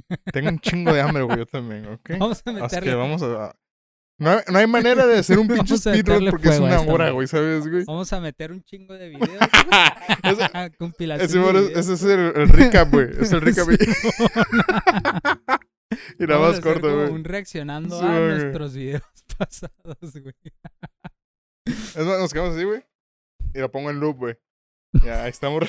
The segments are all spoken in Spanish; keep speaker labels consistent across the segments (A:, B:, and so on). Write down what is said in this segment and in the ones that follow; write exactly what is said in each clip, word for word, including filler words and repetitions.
A: Tengo un chingo de hambre, güey, yo también, ¿ok?
B: Vamos a
A: Así
B: meterle.
A: que vamos a... No hay, no hay manera de hacer un pinche
B: Vamos a
A: speedrun
B: meterle
A: porque es
B: fuego a
A: una
B: esta
A: hora,
B: madre.
A: güey, ¿sabes, güey?
B: Vamos a meter un chingo de videos.
A: Ese,
B: Compilación
A: ese,
B: de
A: bueno,
B: videos.
A: ese es el, el recap, güey. Es el recap.
B: Sí,
A: Y nada
B: vamos a
A: más
B: hacer
A: corto,
B: como
A: güey.
B: un reaccionando
A: Sí,
B: a
A: güey.
B: nuestros videos pasados, güey.
A: Es más, nos quedamos así, güey. Y lo pongo en loop, güey. Ya, ahí estamos.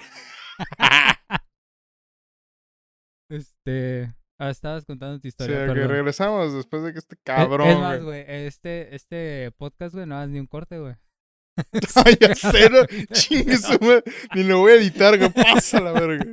B: Este... Ah, estabas contando tu
A: Sí,
B: historia,
A: que
B: perdón.
A: regresamos después de que este
B: Es-
A: cabrón,
B: Es más,
A: güey.
B: güey, este, este podcast, güey, no hagas ni un corte, güey.
A: Ay, ya sé, no. Chingue su madre. Ni lo voy a editar, güey. Pasa la verga.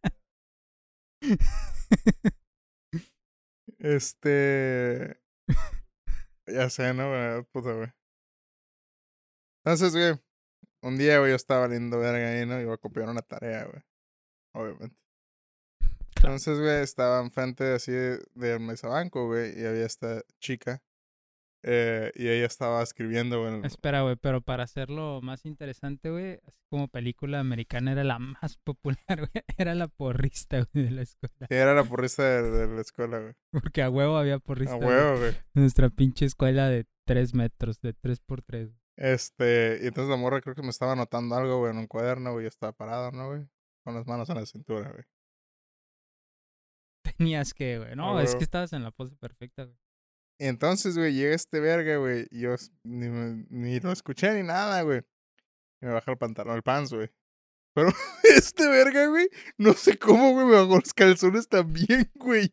A: Este. Ya sé, ¿no, güey? Puta, güey. Entonces, güey. Un día, güey, yo estaba valiendo verga ahí, ¿no? Iba a copiar una tarea, güey. Obviamente.
B: Claro.
A: Entonces, güey, estaba enfrente así de- del mesabanco, güey. Y había esta chica. Eh, y ella estaba escribiendo, güey.
B: Espera, güey, pero para hacerlo más interesante, güey, así como película americana era la más popular, güey. Era la porrista, güey, de la escuela.
A: Sí, era la porrista de, de la escuela, güey.
B: Porque a huevo había
A: A
B: porrista, güey.
A: huevo, güey.
B: Nuestra pinche escuela de tres metros, de tres por tres.
A: Este, y entonces la morra creo que me estaba anotando algo, güey, en un cuaderno, güey. Yo estaba parado, ¿no, güey? Con las manos en la cintura, güey.
B: Tenías que, güey.
A: A
B: No, es
A: huevo.
B: que estabas en la pose perfecta, güey.
A: Y entonces, güey, llega este verga, güey. Y yo s- ni, me- ni lo escuché ni nada, güey. Y me baja el pantalón, el pants, güey. Pero este verga, güey, no sé cómo, güey, me bajó los calzones también, güey.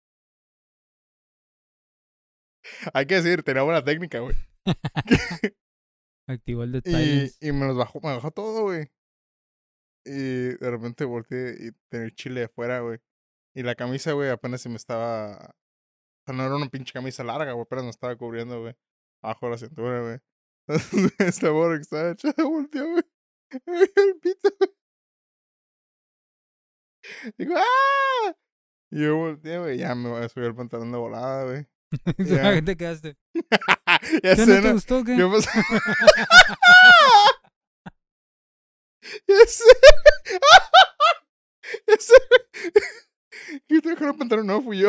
A: Hay que decir, tenía buena técnica, güey.
B: Activó el
A: Y,
B: detalle.
A: y me los bajó, me bajó todo, güey. Y de repente volteé y tenía el chile afuera, güey. Y la camisa, güey, apenas se me estaba... O sea, no era una pinche camisa larga, güey, apenas me estaba cubriendo, güey. Abajo de la cintura, güey. Entonces, esta morra que estaba echada volteó, güey. Me vio el pito, güey. Digo, ¡ah! Y yo volteé, güey, ya me voy a subir el pantalón de volada, güey.
B: ¿Qué
A: Ya.
B: te quedaste?
A: Ya
B: ¿Qué
A: sé,
B: no te
A: ¿no?
B: gustó o qué?
A: Yo pues... Ya sé. Ya sé, güey. Yo te dejé el pantalón, no fui yo.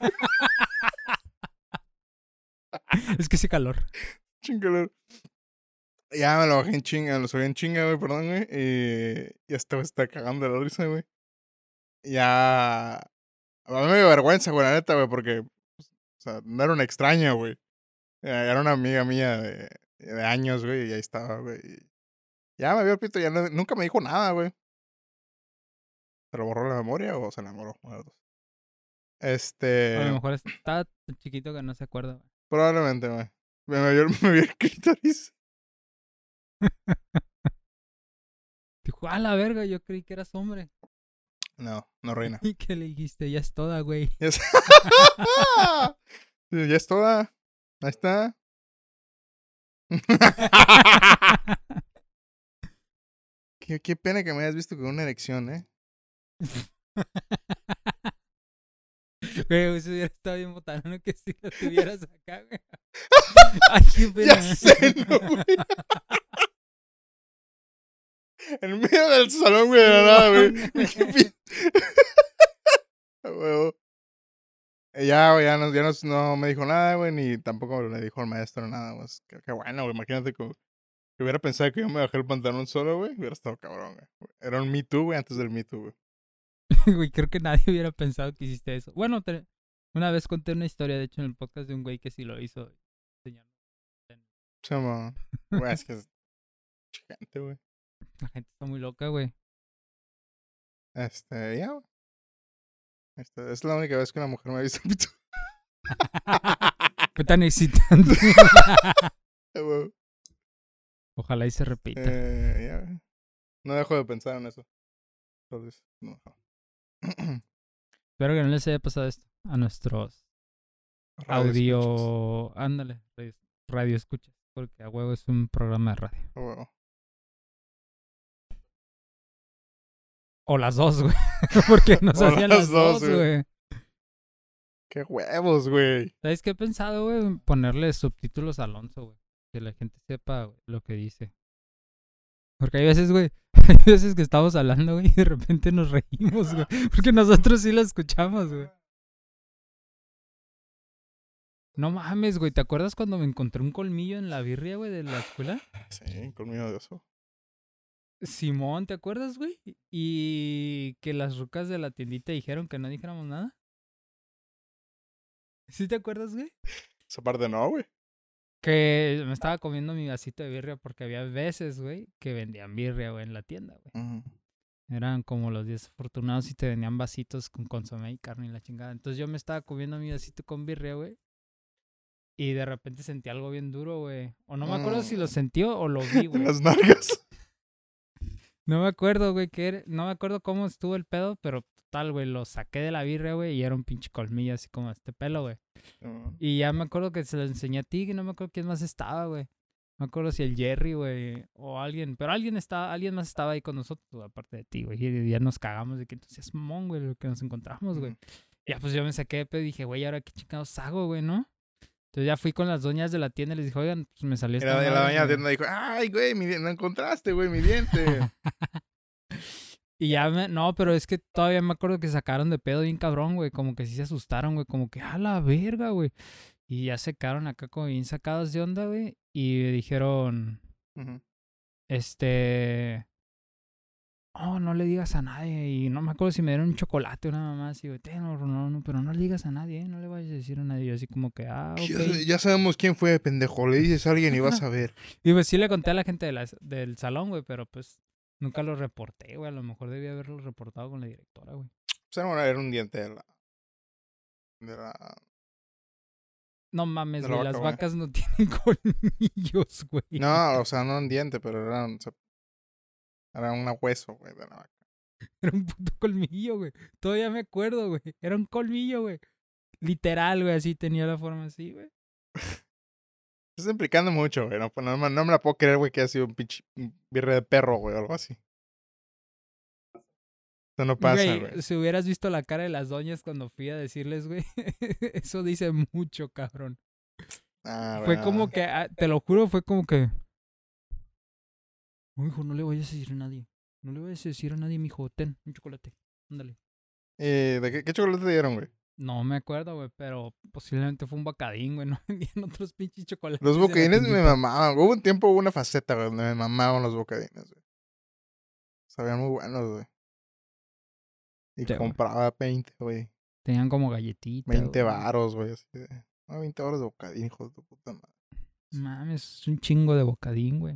B: Es que ese calor.
A: Chingalor. Ya me lo bajé en chinga, lo subí en chinga, güey, perdón, güey. Y ya estaba, está cagando de la risa, güey. Ya. A mí me dio vergüenza, güey, la neta, güey, porque. Pues, o sea, no era una extraña, güey. Eh, Era una amiga mía de, de años, güey, y ahí estaba, güey. y Ya me vio el pito, ya no- nunca me dijo nada, güey. ¿Se lo borró la memoria o se la borró? Una de las dos.
B: A lo
A: Este.
B: mejor está tan chiquito que no se acuerda, güey.
A: Probablemente, güey. Me, me vio, me vio el clítoris.
B: Dijo, a la verga, yo creí que eras hombre.
A: No, no, reina.
B: ¿Y qué le dijiste? Ya es toda, güey.
A: Ya es, ya es toda. Ahí está. qué, qué pena que me hayas visto con una erección, ¿eh?
B: Güey, eso hubiera estado bien botanero que si lo tuvieras acá, güey. Ay, qué pena.
A: Ya sé, ¿no, güey? En medio del salón, güey, de la nada, güey. Qué pi- A huevo. Eh, Ya, güey, ya, no, ya no, no me dijo nada, güey, ni tampoco le dijo al maestro nada, güey. Qué, qué bueno, güey, imagínate que, que hubiera pensado que yo me bajé el pantalón solo, güey, hubiera estado cabrón, güey. Era un Me Too, güey, antes del Me Too, güey.
B: Güey, creo que nadie hubiera pensado que hiciste eso. Bueno, te- una vez conté una historia, de hecho, en el podcast de un güey que sí lo hizo. Señor.
A: Se llama... Güey, es que es chingante, güey.
B: La gente está muy loca, güey.
A: Este, ya, güey. Este, es la única vez que una mujer me ha visto un pito.
B: Fue tan excitante.
A: Ah, güey.
B: Ojalá y se repita.
A: Eh, ya, güey. No dejo de pensar en eso. Entonces, no.
B: Espero que no les haya pasado esto a nuestros
A: Radio escuchas.
B: audio... Ándale, radio, radio escuchas. Porque a huevo es un programa de radio.
A: Ah, huevo.
B: O las dos, güey. Porque nos
A: O
B: hacían
A: las
B: las
A: dos,
B: dos,
A: güey.
B: güey.
A: Qué huevos, güey.
B: ¿Sabes qué he pensado, güey? Ponerle subtítulos a Alonso, güey. Que la gente sepa, güey, lo que dice. Porque hay veces, güey, hay veces que estamos hablando, güey, y de repente nos reímos, güey. Porque nosotros sí lo escuchamos, güey. No mames, güey. ¿Te acuerdas cuando me encontré un colmillo en la birria, güey, de la escuela?
A: Sí, colmillo de oso.
B: Simón, ¿te acuerdas, güey? Y que las rucas de la tiendita dijeron que no dijéramos nada. ¿Sí te acuerdas, güey?
A: Esa parte no, güey.
B: Que me estaba comiendo mi vasito de birria porque había veces, güey, que vendían birria, güey, en la tienda, güey.
A: Uh-huh.
B: Eran como los días afortunados y te vendían vasitos con consomé y carne y la chingada. Entonces yo me estaba comiendo mi vasito con birria, güey. Y de repente sentí algo bien duro, güey. O no me acuerdo
A: Mm.
B: si lo sentí o lo vi,
A: En
B: güey.
A: las nalgas.
B: No me acuerdo, güey, que era... No me acuerdo cómo estuvo el pedo, pero total, güey, lo saqué de la birria, güey, y era un pinche colmillo así como este pelo, güey.
A: Uh-huh.
B: Y ya me acuerdo que se lo enseñé a ti, que no me acuerdo quién más estaba, güey. No me acuerdo si el Jerry, güey, o alguien, pero alguien estaba, alguien más estaba ahí con nosotros, güey, aparte de ti, güey. Y ya nos cagamos de que entonces mon, güey, lo que nos encontramos, güey.
A: Uh-huh.
B: Ya pues yo me saqué de pedo y dije, güey, ¿ahora qué chingados hago, güey, no? Entonces ya fui con las doñas de la tienda y les dije, oigan, pues me salió
A: Y
B: esta
A: la, y la
B: madre,
A: doña de la
B: güey.
A: tienda dijo, ay, güey, mi, di- no encontraste, güey, mi diente.
B: Y ya me, no, pero es que todavía me acuerdo que sacaron de pedo bien cabrón, güey, como que sí se asustaron, güey, como que, a la verga, güey. Y ya se quedaron acá como bien sacados de onda, güey, y dijeron,
A: Uh-huh.
B: este, oh, no le digas a nadie. Y no me acuerdo si me dieron un chocolate o nada más. Y güey, no, no, no, pero no le digas a nadie, ¿eh? No le vayas a decir a nadie. Y yo así como que, ah,
A: Ya,
B: ok.
A: ya sabemos quién fue, pendejo. Le dices a alguien y vas a ver.
B: Y pues sí le conté a la gente de la- del salón, güey, pero pues nunca lo reporté, güey. A lo mejor debía haberlo reportado con la directora, güey.
A: Pues era, una- era un diente de la... De la...
B: No mames,
A: De la
B: güey,
A: vaca,
B: las
A: güey.
B: vacas no tienen colmillos, güey.
A: No, o sea, no un diente, pero era un, o sea, era un hueso, güey, de la vaca.
B: Era un puto colmillo, güey. Todavía me acuerdo, güey. Era un colmillo, güey. Literal, güey, así tenía la forma así, güey.
A: Estás implicando mucho, güey. No, no, no me la puedo creer, güey, que ha sido un pinche un birre de perro, güey, o algo así. Eso no pasa, güey.
B: Güey, si hubieras visto la cara de las doñas cuando fui a decirles, güey, eso dice mucho, cabrón.
A: Ah,
B: Fue
A: güey,
B: como
A: ah.
B: que, ah, te lo juro, fue como que... Oh, hijo, no le vayas a decir a nadie. No le vayas a decir a nadie, mijo. Ten, un chocolate. Ándale.
A: Eh, ¿de qué, qué chocolate te dieron, güey?
B: No me acuerdo, güey, pero posiblemente fue un bacadín, güey. No vendían otros pinches chocolates.
A: Los
B: en la
A: bocadines me
B: tiendita.
A: mamaban. Hubo un tiempo, hubo una faceta, güey, donde me mamaban los bocadines, güey. Sabían muy buenos, güey. Y
B: Sí, güey.
A: compraba veinte, güey.
B: Tenían como galletitas.
A: veinte
B: güey.
A: varos, güey, así de... No, veinte varos de bocadín, hijo de tu puta madre.
B: Mames, es un chingo de bocadín, güey.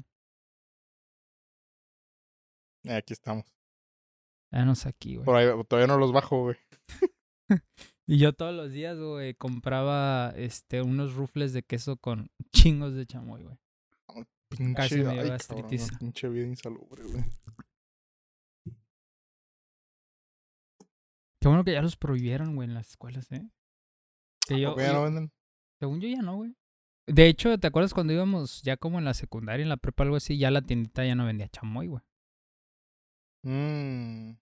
A: Eh, aquí estamos.
B: Danos aquí, güey.
A: Por ahí, todavía no los bajo, güey.
B: Y yo todos los días, güey, compraba este, unos rufles de queso con chingos de chamoy, güey.
A: Pinche,
B: Casi me
A: ay,
B: dio
A: cabrón,
B: gastritis.
A: una pinche vida insalubre, güey.
B: Qué bueno que ya los prohibieron, güey, en las escuelas, ¿eh? Que yo,
A: ¿Por qué ya
B: yo-
A: no venden?
B: según yo ya no, güey. De hecho, ¿te acuerdas cuando íbamos ya como en la secundaria, en la prepa, algo así? Ya la tiendita ya no vendía chamoy, güey.
A: Mmm.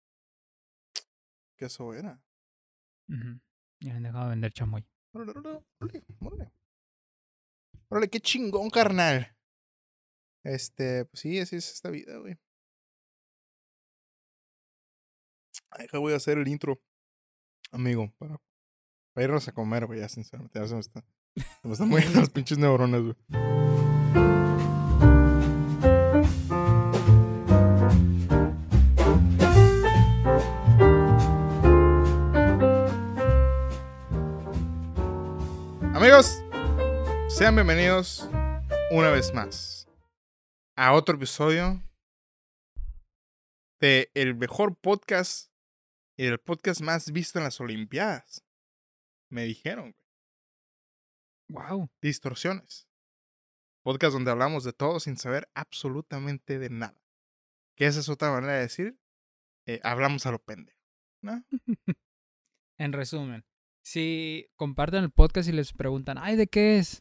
A: ¿Qué eso era?
B: Ujú. Ya habían dejado de vender chamoy.
A: Órale, órale, órale, órale. Órale, qué chingón, carnal. Este, pues sí, así es esta vida, güey. Ay, que voy a hacer el intro, amigo, para, para irnos a comer, güey, ya sinceramente. Ya se me está, se me están muriendo las pinches neuronas, güey. Amigos, sean bienvenidos una vez más a otro episodio de el mejor podcast y el podcast más visto en las Olimpiadas. Me dijeron, güey.
B: Wow.
A: Distorsiones. Podcast donde hablamos de todo sin saber absolutamente de nada. Que esa es otra manera de decir, eh, hablamos a lo pendejo, ¿no?
B: En resumen, si comparten el podcast y les preguntan, ay, ¿de qué es?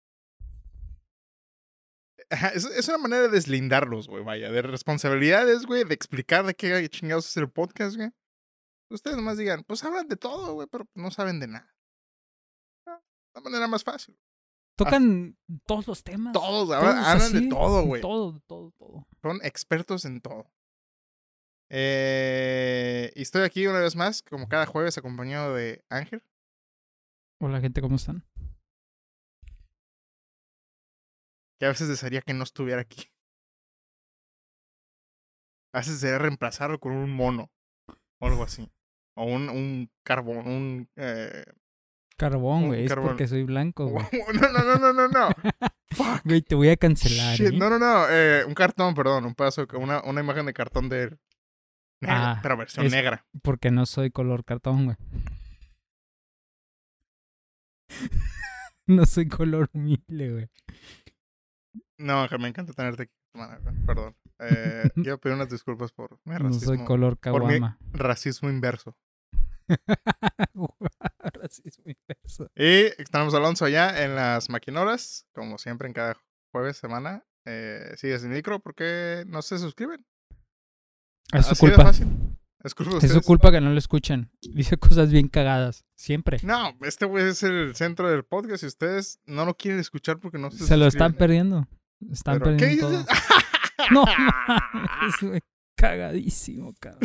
A: Ajá, Es, es una manera de deslindarlos, güey, vaya, de responsabilidades, güey, de explicar de qué chingados es el podcast, güey. Ustedes nomás digan, pues hablan de todo, güey, pero no saben de nada. ¿No? La manera más fácil.
B: Tocan todos los temas.
A: Todos, hablan,
B: Todos
A: hablan de
B: así,
A: todo, güey.
B: Todo, todo, todo.
A: Son expertos en todo. Eh, y estoy aquí una vez más, como cada jueves, acompañado de Ángel.
B: Hola, gente, ¿cómo están?
A: que a veces desearía que no estuviera aquí. A veces desearía reemplazarlo con un mono o algo así. O un, un carbón, un... Eh,
B: Carbón,
A: un
B: güey. Es
A: carbón.
B: porque soy blanco, güey.
A: No, no, no, no, no, no. Fuck.
B: Güey, te voy a cancelar,
A: Shit,
B: ¿eh?
A: no, no, no. Eh, un cartón, perdón. Un pedazo, una, una imagen de cartón de él. Negra,
B: Ah,
A: pero versión
B: es-
A: negra.
B: Porque no soy color cartón, güey. No soy color humilde, güey.
A: No, Ángel, me encanta tenerte aquí. Semana, güey, perdón. Eh, quiero pedir unas disculpas por mi
B: No
A: racismo.
B: soy color
A: por mi
B: caguama.
A: racismo inverso.
B: Racismo inverso.
A: Y estamos Alonso allá en las maquinoras, como siempre en cada jueves, semana. Eh, sigue sin micro porque no se suscriben.
B: Es su
A: Así de
B: culpa.
A: fácil. Es culpa de
B: Es su
A: ustedes.
B: culpa que no lo escuchen. Dice cosas bien cagadas. Siempre.
A: No, este güey es el centro del podcast y ustedes no lo quieren escuchar porque no se
B: Se lo están
A: suscriben.
B: perdiendo. Están
A: Pero, ¿qué
B: perdiendo todo.
A: dices?
B: No mames, güey. Cagadísimo, cabrón.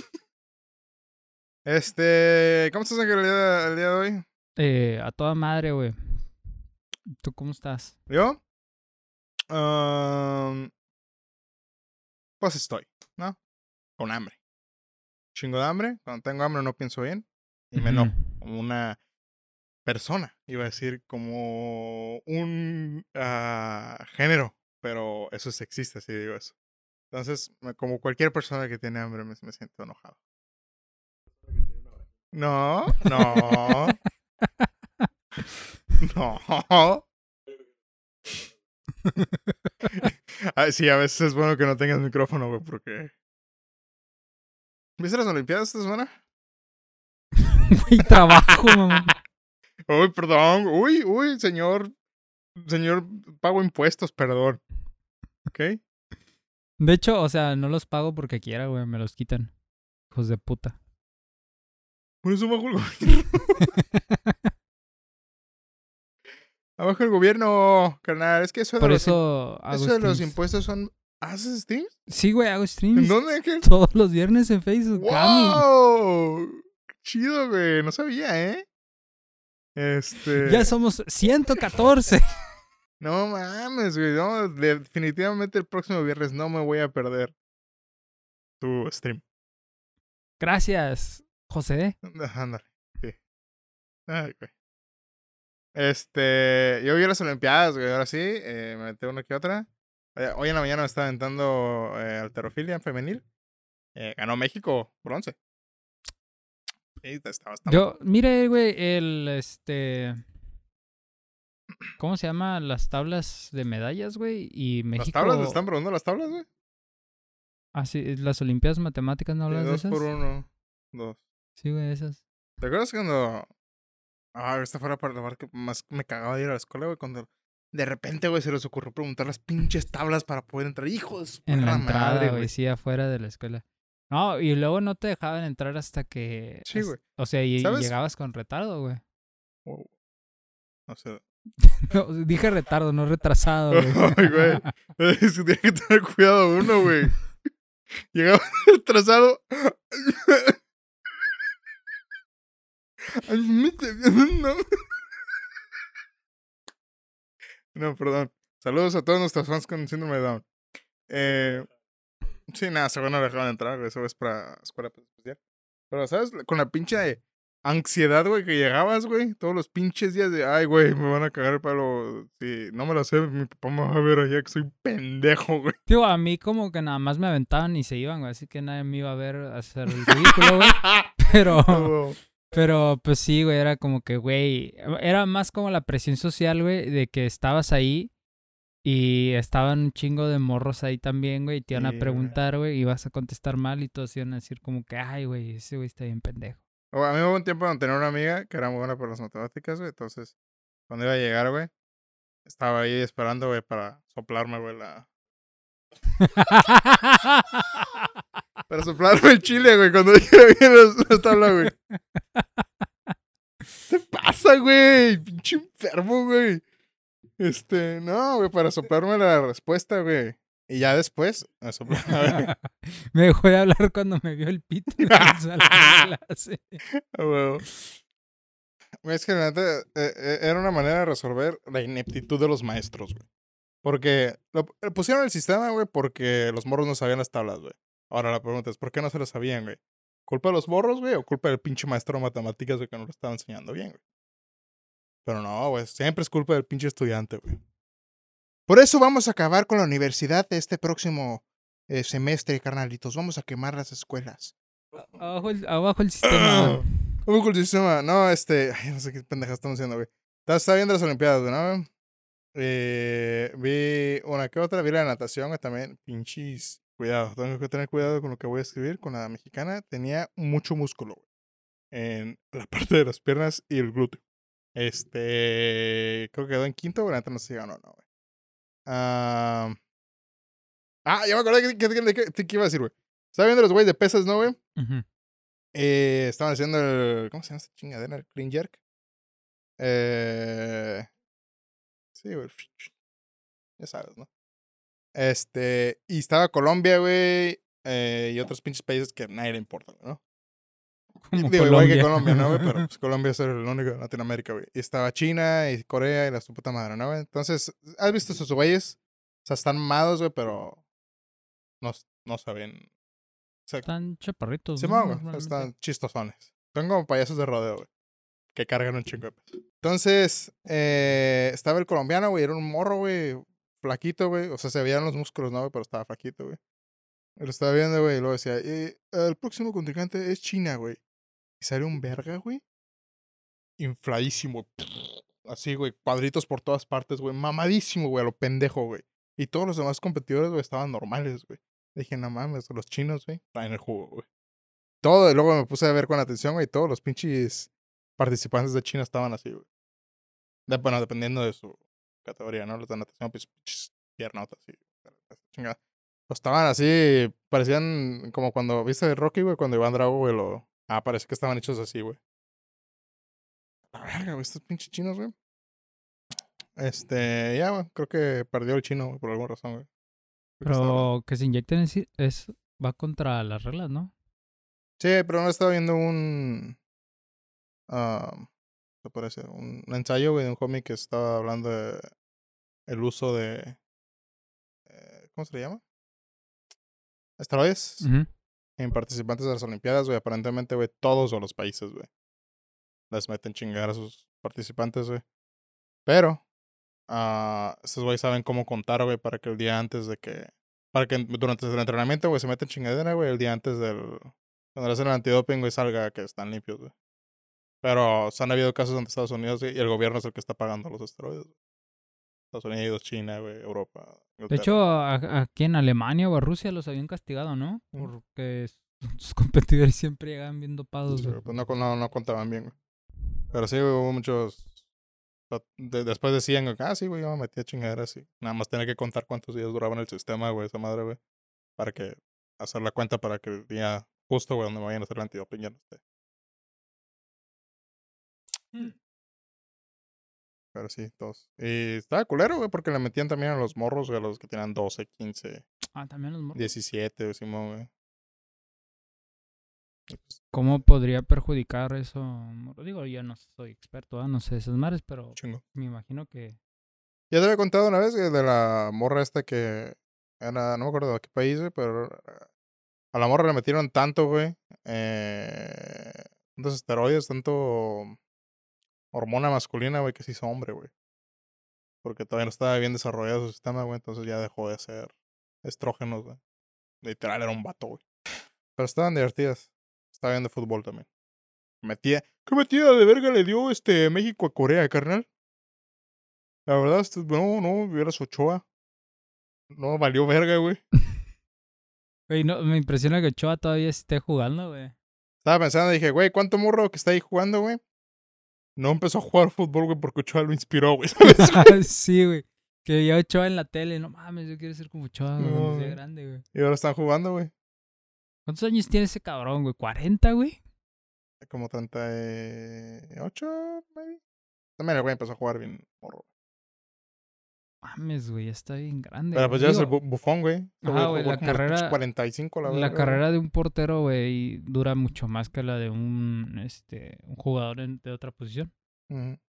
A: Este, ¿cómo estás Ángel, el día, el día de hoy?
B: Eh, a toda madre, güey. ¿Tú cómo estás?
A: ¿Yo? Um, pues estoy, ¿no? Con hambre. Chingo de hambre. Cuando tengo hambre no pienso bien. Y me enojo.
B: Ujú.
A: Como una persona. Iba a decir como un uh, género. Pero eso es sexista si digo eso. Entonces, me- como cualquier persona que tiene hambre, me, me siento enojado. No, no. No. Ah, sí, a veces es bueno que no tengas micrófono, güey, porque... ¿Viste las Olimpiadas esta semana?
B: Güey, trabajo, mamá.
A: Uy, perdón. Uy, uy, señor. Señor, pago impuestos, perdón. ¿Ok?
B: De hecho, o sea, no los pago porque quiera, güey. Me los quitan. Hijos de puta.
A: Por eso bajo el gobierno. Abajo el gobierno, carnal. Es que eso de,
B: Por
A: los, im-
B: eso hago
A: eso de los
B: streams.
A: impuestos son... ¿Haces streams?
B: Sí, güey, hago
A: ¿En
B: streams.
A: dónde, Ángel?
B: Todos los viernes en Facebook. Cami.
A: ¡Wow! Qué chido, güey. No sabía, ¿eh? Este...
B: Ya somos ciento catorce.
A: No mames, güey. No, definitivamente el próximo viernes no me voy a perder tu stream.
B: Gracias, José.
A: Ándale. Sí. Ay, güey. Este, yo vi las Olimpiadas, güey, ahora sí, eh, me metí una que otra. Eh, hoy en la mañana me estaba aventando eh, halterofilia femenil. Eh, ganó México bronce. Sí, estaba, estaba.
B: Yo, mire, güey, el, este... ¿Cómo se llama? Las tablas de medallas, güey. Y México...
A: ¿Las tablas? ¿Le están preguntando las tablas, güey?
B: Ah, sí, las Olimpiadas Matemáticas, ¿no
A: Sí,
B: hablas de
A: dos
B: esas?
A: por uno. Dos.
B: Sí, güey, esas.
A: ¿Te acuerdas cuando... Ah, esta fue la parte la parte que más me cagaba de ir a la escuela, güey, cuando de repente, güey, se les ocurrió preguntar las pinches tablas para poder entrar. Hijo de su
B: En la
A: perra
B: entrada,
A: madre,
B: güey, sí, afuera de la escuela. No, y luego no te dejaban entrar hasta que...
A: Sí,
B: as-
A: güey.
B: O sea, y
A: ¿Sabes?
B: llegabas con retardo, güey.
A: Wow. No sé.
B: No, dije retardo, no retrasado, güey.
A: Ay, güey. Es que tiene que tener cuidado uno, güey. Llegaba retrasado. Ay, mete- no. No, perdón. Saludos a todos nuestros fans con síndrome de Down. Eh, sí, nada, seguro no le dejaban entrar, güey. Eso es para escuela especial. Pero, ¿sabes? Con la pinche ansiedad, güey, que llegabas, güey. Todos los pinches días de, ay, güey, me van a cagar el palo. Si no me lo sé, mi papá me va a ver allá que soy pendejo, güey.
B: Digo, a mí como que nada más me aventaban y se iban, güey. Así que nadie me iba a ver hacer el ridículo, güey. Pero...
A: Oh,
B: Pero, pues sí, güey, era como que, güey, era más como la presión social, güey, de que estabas ahí y estaban un chingo de morros ahí también, güey, y te iban
A: Sí,
B: a
A: güey.
B: preguntar, güey, y vas a contestar mal y todos iban a decir como que, ay, güey, ese güey está bien pendejo.
A: oh, a mí hubo un tiempo donde tenía una amiga que era muy buena para las matemáticas, güey. Entonces, cuando iba a llegar, güey, estaba ahí esperando, güey, para soplarme, güey, la... Para soplarme el chile, güey, cuando dije bien la tabla, güey. ¿Qué pasa, güey? Pinche enfermo, güey. Este, no, güey, para soplarme la respuesta, güey. Y ya después, me soplaba, güey.
B: Me dejó de hablar cuando me vio el pito en el salón de clase.
A: Ah, huevo. Güey, es que la neta, eh, eh, era una manera de resolver la ineptitud de los maestros, güey. Porque lo, lo pusieron el sistema, güey, porque los morros no sabían las tablas, güey. Ahora la pregunta es, ¿por qué no se lo sabían, güey? ¿Culpa de los morros, güey? ¿O culpa del pinche maestro de matemáticas, güey, que no lo estaba enseñando bien, güey? Pero no, güey, siempre es culpa del pinche estudiante, güey. Por eso vamos a acabar con la universidad de este próximo eh, semestre, carnalitos. Vamos a quemar las escuelas.
B: Abajo el, abajo el sistema.
A: Abajo el sistema. No, este... Ay, no sé qué pendeja estamos haciendo, güey. Estaba viendo las Olimpiadas, güey, ¿no? Eh, vi una que otra, vi la natación, güey, también. Pinches. Cuidado, tengo que tener cuidado con lo que voy a escribir. Con la mexicana tenía mucho músculo, güey. En la parte de las piernas y el glúteo. Este... Creo que quedó en quinto, güey. No sé si ganó o no, güey. Ah... Ah, ya me acordé que, que, que, que, que iba a decir, güey. Estaba viendo los güeyes de pesas, ¿no, güey?
B: Ujú.
A: Eh, estaban haciendo el... ¿Cómo se llama esta chingadera? El clean jerk. Eh... Sí, güey. Ya sabes, ¿no? Este... Y estaba Colombia, güey. Eh, y otros pinches países que a nadie le importan, ¿no?
B: Como
A: Digo, igual que
B: Colombia.
A: Colombia, ¿no, güey? Pero pues Colombia es el único de Latinoamérica, güey. Y estaba China y Corea y la su puta madre, ¿no, güey? Entonces, ¿has visto esos güeyes? O sea, están mamados, güey, pero... No, no saben... O sea,
B: Están chaparritos,
A: se
B: ¿no?
A: mueven, güey.
B: Normalmente.
A: Están chistosones. Son como payasos de rodeo, güey. Que cargan un chingo de peso. Entonces, eh, estaba el colombiano, güey. Era un morro, güey. Flaquito, güey. O sea, se veían los músculos, ¿no, güey? Pero estaba flaquito, güey. Lo estaba viendo, güey. Y luego decía, eh, el próximo contrincante es China, güey. Y sale un verga, güey. Infladísimo. Así, güey. Cuadritos por todas partes, güey. Mamadísimo, güey. A lo pendejo, güey. Y todos los demás competidores, güey, estaban normales, güey. Dije, no mames, los chinos, güey, están en el jugo, güey. Todo, y luego me puse a ver con atención, güey. Todos los pinches participantes de China estaban así, güey. De, bueno, dependiendo de su categoría, ¿no? Los de natación, pues, pinches piernotas, así. Chingada. Pues estaban así, parecían como cuando viste Rocky, güey, cuando Iván Drago, güey, lo... Ah, parece que estaban hechos así, güey. La verga, güey, estos pinches chinos, güey. Este, ya, güey, creo que perdió el chino, güey, por alguna razón, güey. Creo que estaba hablando.
B: Pero que se inyecten en sí es, va contra las reglas, ¿no?
A: Sí, pero no estaba viendo un... ah, ¿qué parece? Un, un ensayo, güey, de un cómic que estaba hablando de el uso de... eh, ¿cómo se le llama? Esteroides.
B: Ujú.
A: En participantes de las Olimpiadas, güey. Aparentemente, güey, todos los países, güey, les meten chingar a sus participantes, güey. Pero, ah, estos güey saben cómo contar, güey, para que el día antes de que... Para que durante el entrenamiento, güey, se meten chingadera, güey, el día antes del... Cuando le hacen el antidoping, güey, salga que están limpios, güey. Pero o sea, han habido casos donde Estados Unidos, güey, y el gobierno es el que está pagando los esteroides, güey. Estados Unidos, China, güey, Europa,
B: De
A: Inglaterra.
B: hecho, a- aquí en Alemania o a Rusia los habían castigado, ¿no?
A: Ujú.
B: Porque sus competidores siempre llegaban bien dopados,
A: Sí,
B: güey.
A: güey, pues no, no, no contaban bien, güey. Pero sí, güey, hubo muchos... o sea, de- después decían, güey, ah, sí, güey, yo me metí a chingaderas y nada más tenía que contar cuántos días duraba en el sistema, güey, esa madre, güey. Para que... Hacer la cuenta para que el día justo, güey, donde me vayan a hacer el antidoping ya no esté. Pero sí, todos. Y estaba culero, güey, porque le metían también a los morros, güey, a los que tenían doce, quince,
B: Ah, también los morros.
A: diecisiete, güey, Simón, güey. Y pues,
B: ¿Cómo podría perjudicar eso? Morro? Digo, yo no soy experto, ¿ah? No sé de esas mares, pero
A: chingo.
B: me imagino que...
A: Ya te había contado una vez, güey, de la morra esta que era, no me acuerdo de qué país, güey, pero a la morra le metieron tanto, güey, eh, tantos esteroides, tanto hormona masculina, güey, que se hizo hombre, güey. Porque todavía no estaba bien desarrollado su sistema, güey, entonces ya dejó de hacer estrógenos, güey. Literal, era un vato, güey. Pero estaban divertidas. Estaba viendo fútbol también. Metía, ¿qué metida de verga le dio este México a Corea, carnal? La verdad, esto- no, no, hubieras Ochoa. No, valió verga, güey.
B: Güey, no, me impresiona que Ochoa todavía esté jugando, güey.
A: Estaba pensando, dije, güey, ¿cuánto morro que está ahí jugando, güey? No empezó a jugar fútbol, güey, porque Ochoa lo inspiró, güey, ¿sabes?
B: Sí, güey. Que veía a Ochoa en la tele. No mames, yo quiero ser como Ochoa, güey, cuando
A: No,
B: sea
A: güey.
B: grande, güey.
A: Y ahora están jugando, güey.
B: ¿Cuántos años tiene ese cabrón, güey? ¿cuarenta, güey?
A: Como treinta y ocho, maybe. También el güey empezó a jugar bien morro.
B: Mames, güey, ya está bien grande,
A: Pero
B: güey.
A: pues ya es el
B: Digo,
A: bu- bufón, güey. Este
B: ajá,
A: güey
B: güey,
A: jugó
B: la
A: como los pinches
B: carrera...
A: cuarenta y cinco, la
B: La
A: verga, güey.
B: carrera de un portero, güey, dura mucho más que la de un, este, un jugador en- de otra posición.
A: Ujú.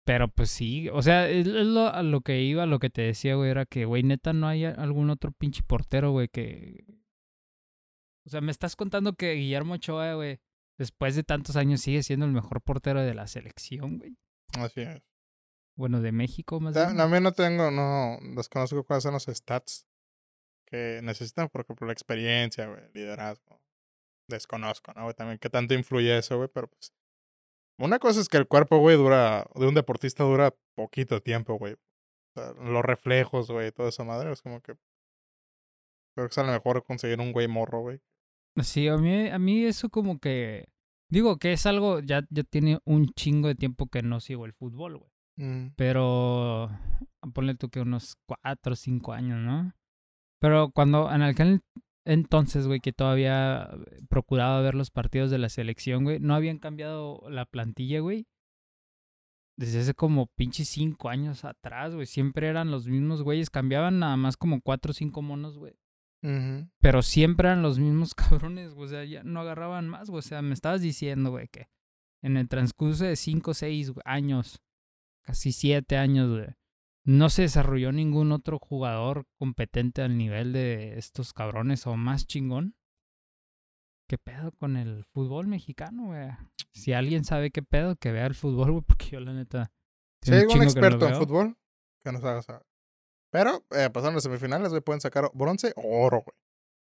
B: Pero pues sí, o sea, es es lo, a lo que iba, lo que te decía, güey, era que, güey, neta, no hay a- algún otro pinche portero, güey, que... O sea, me estás contando que Guillermo Ochoa, güey, después de tantos años sigue siendo el mejor portero de la selección, güey.
A: Así es.
B: Bueno, de México más
A: Ta-
B: bien.
A: También no tengo, no, desconozco cuáles son los stats que necesitan, por ejemplo, la experiencia, güey, liderazgo. Desconozco, ¿no, güey? También qué tanto influye eso, güey, pero pues. Una cosa es que el cuerpo, güey, dura, de un deportista dura poquito tiempo, güey. O sea, los reflejos, güey, toda esa madre, es como que creo que es a lo mejor conseguir un güey morro, güey.
B: Sí, a mí, a mí eso como que... Digo que es algo, ya, ya tiene un chingo de tiempo que no sigo el fútbol, güey.
A: Mm,
B: Pero ponle tú que unos cuatro o cinco años, ¿no? Pero cuando en aquel entonces, güey, que todavía procuraba ver los partidos de la selección, güey, no habían cambiado la plantilla, güey. Desde hace como pinche cinco años atrás, güey. Siempre eran los mismos güeyes. Cambiaban nada más como cuatro o cinco monos, güey.
A: ujú.
B: Pero siempre eran los mismos cabrones, güey. O sea, ya no agarraban más, güey. O sea, me estabas diciendo, güey, que en el transcurso de cinco o seis años, casi siete años, güey, no se desarrolló ningún otro jugador competente al nivel de estos cabrones o más chingón. ¿Qué pedo con el fútbol mexicano, güey? Si alguien sabe qué pedo, que vea el fútbol, güey, porque yo la neta
A: Si
B: tiene
A: hay
B: un
A: algún
B: chingo que no lo
A: experto en
B: veo.
A: fútbol, que nos haga saber. Pero, eh, pasando a semifinales, güey, pueden sacar bronce o oro, güey.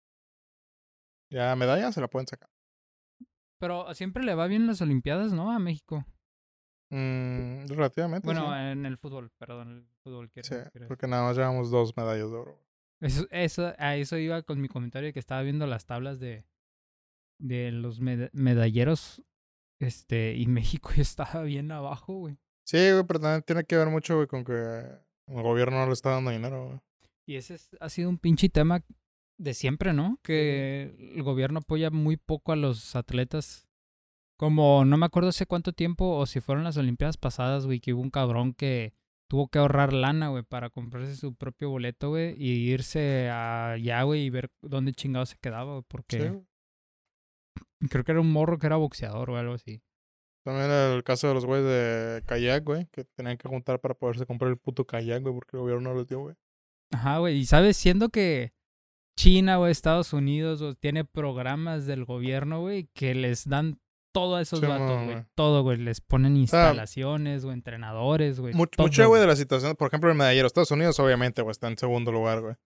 A: Ya medalla se la pueden sacar.
B: Pero siempre le va bien las Olimpiadas, ¿no? A México.
A: Mm, relativamente, sí.
B: Bueno, en el fútbol, perdón, el fútbol quiero,
A: Sí,
B: quiero decir.
A: porque nada más llevamos dos medallas de oro.
B: Eso, eso, a eso iba con mi comentario que estaba viendo las tablas de, de los med- medalleros, este, y México ya estaba bien abajo, güey.
A: Sí, güey, pero también tiene que ver mucho, güey, con que el gobierno no le está dando dinero, güey.
B: Y ese es- ha sido un pinche tema de siempre, ¿no?
A: Sí.
B: Que el gobierno apoya muy poco a los atletas. Como no me acuerdo hace cuánto tiempo o si fueron las Olimpiadas pasadas, güey, que hubo un cabrón que tuvo que ahorrar lana, güey, para comprarse su propio boleto, güey, y irse allá, güey, y ver dónde chingado se quedaba, güey,
A: Sí,
B: porque
A: güey.
B: creo que era un morro que era boxeador o algo así.
A: También el caso de los güeyes de kayak, güey, que tenían que juntar para poderse comprar el puto kayak, güey, porque el gobierno no los dio, güey.
B: Ajá, güey, y sabes, siendo que China o Estados Unidos o tiene programas del gobierno, güey, que les dan todo a esos
A: Sí,
B: vatos,
A: mo,
B: güey,
A: güey.
B: todo, güey, les ponen
A: O sea,
B: instalaciones o entrenadores, güey,
A: much- mucho,
B: todo,
A: güey, de
B: güey.
A: la situación, por ejemplo, el medallero, Estados Unidos, obviamente, güey, está en segundo lugar, güey.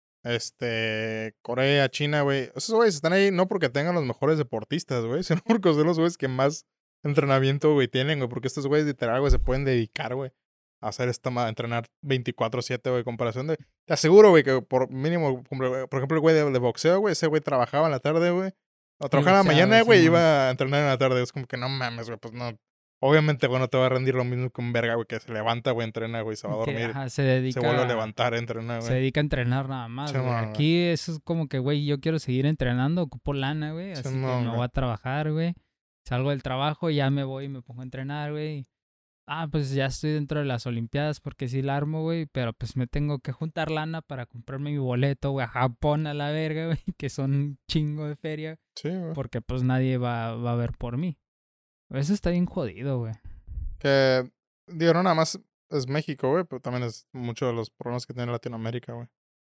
A: Este, Corea, China, güey. Esos güeyes están ahí no porque tengan los mejores deportistas, güey, sino porque son los güeyes que más entrenamiento, güey, tienen, güey. Porque estos güeyes literal, güey, se pueden dedicar, güey, a hacer esta ma- a entrenar veinticuatro siete, güey, comparación de. Te aseguro, güey, que por mínimo, como, por ejemplo, el güey de, de boxeo, güey, ese güey trabajaba en la tarde, güey. O
B: Sí,
A: trabajaba en la
B: boxeaba,
A: mañana,
B: güey,
A: güey, y
B: Simón.
A: iba a entrenar en la tarde. Es como que no mames, güey, pues no. Obviamente, güey, no te va a rendir lo mismo que un verga, güey, que se levanta, güey, entrena, güey, se va a
B: Que,
A: dormir,
B: ajá, se
A: se vuelve a
B: dedica,
A: levantar, entrena,
B: se
A: güey.
B: dedica a entrenar nada más, güey.
A: Simón, güey.
B: Aquí eso es como que, güey, yo quiero seguir entrenando, ocupo lana, güey, así que
A: Simón,
B: me
A: güey.
B: voy a trabajar, güey. Salgo del trabajo, ya me voy y me pongo a entrenar, güey. Ah, pues ya estoy dentro de las Olimpiadas porque sí la armo, güey, pero pues me tengo que juntar lana para comprarme mi boleto, güey, a Japón a la verga, güey, que son un chingo de feria,
A: Sí, güey.
B: porque pues nadie va, va a ver por mí. Eso está bien jodido, güey.
A: Que, digo, no nada más es México, güey, pero también es muchos de los problemas que tiene Latinoamérica, güey.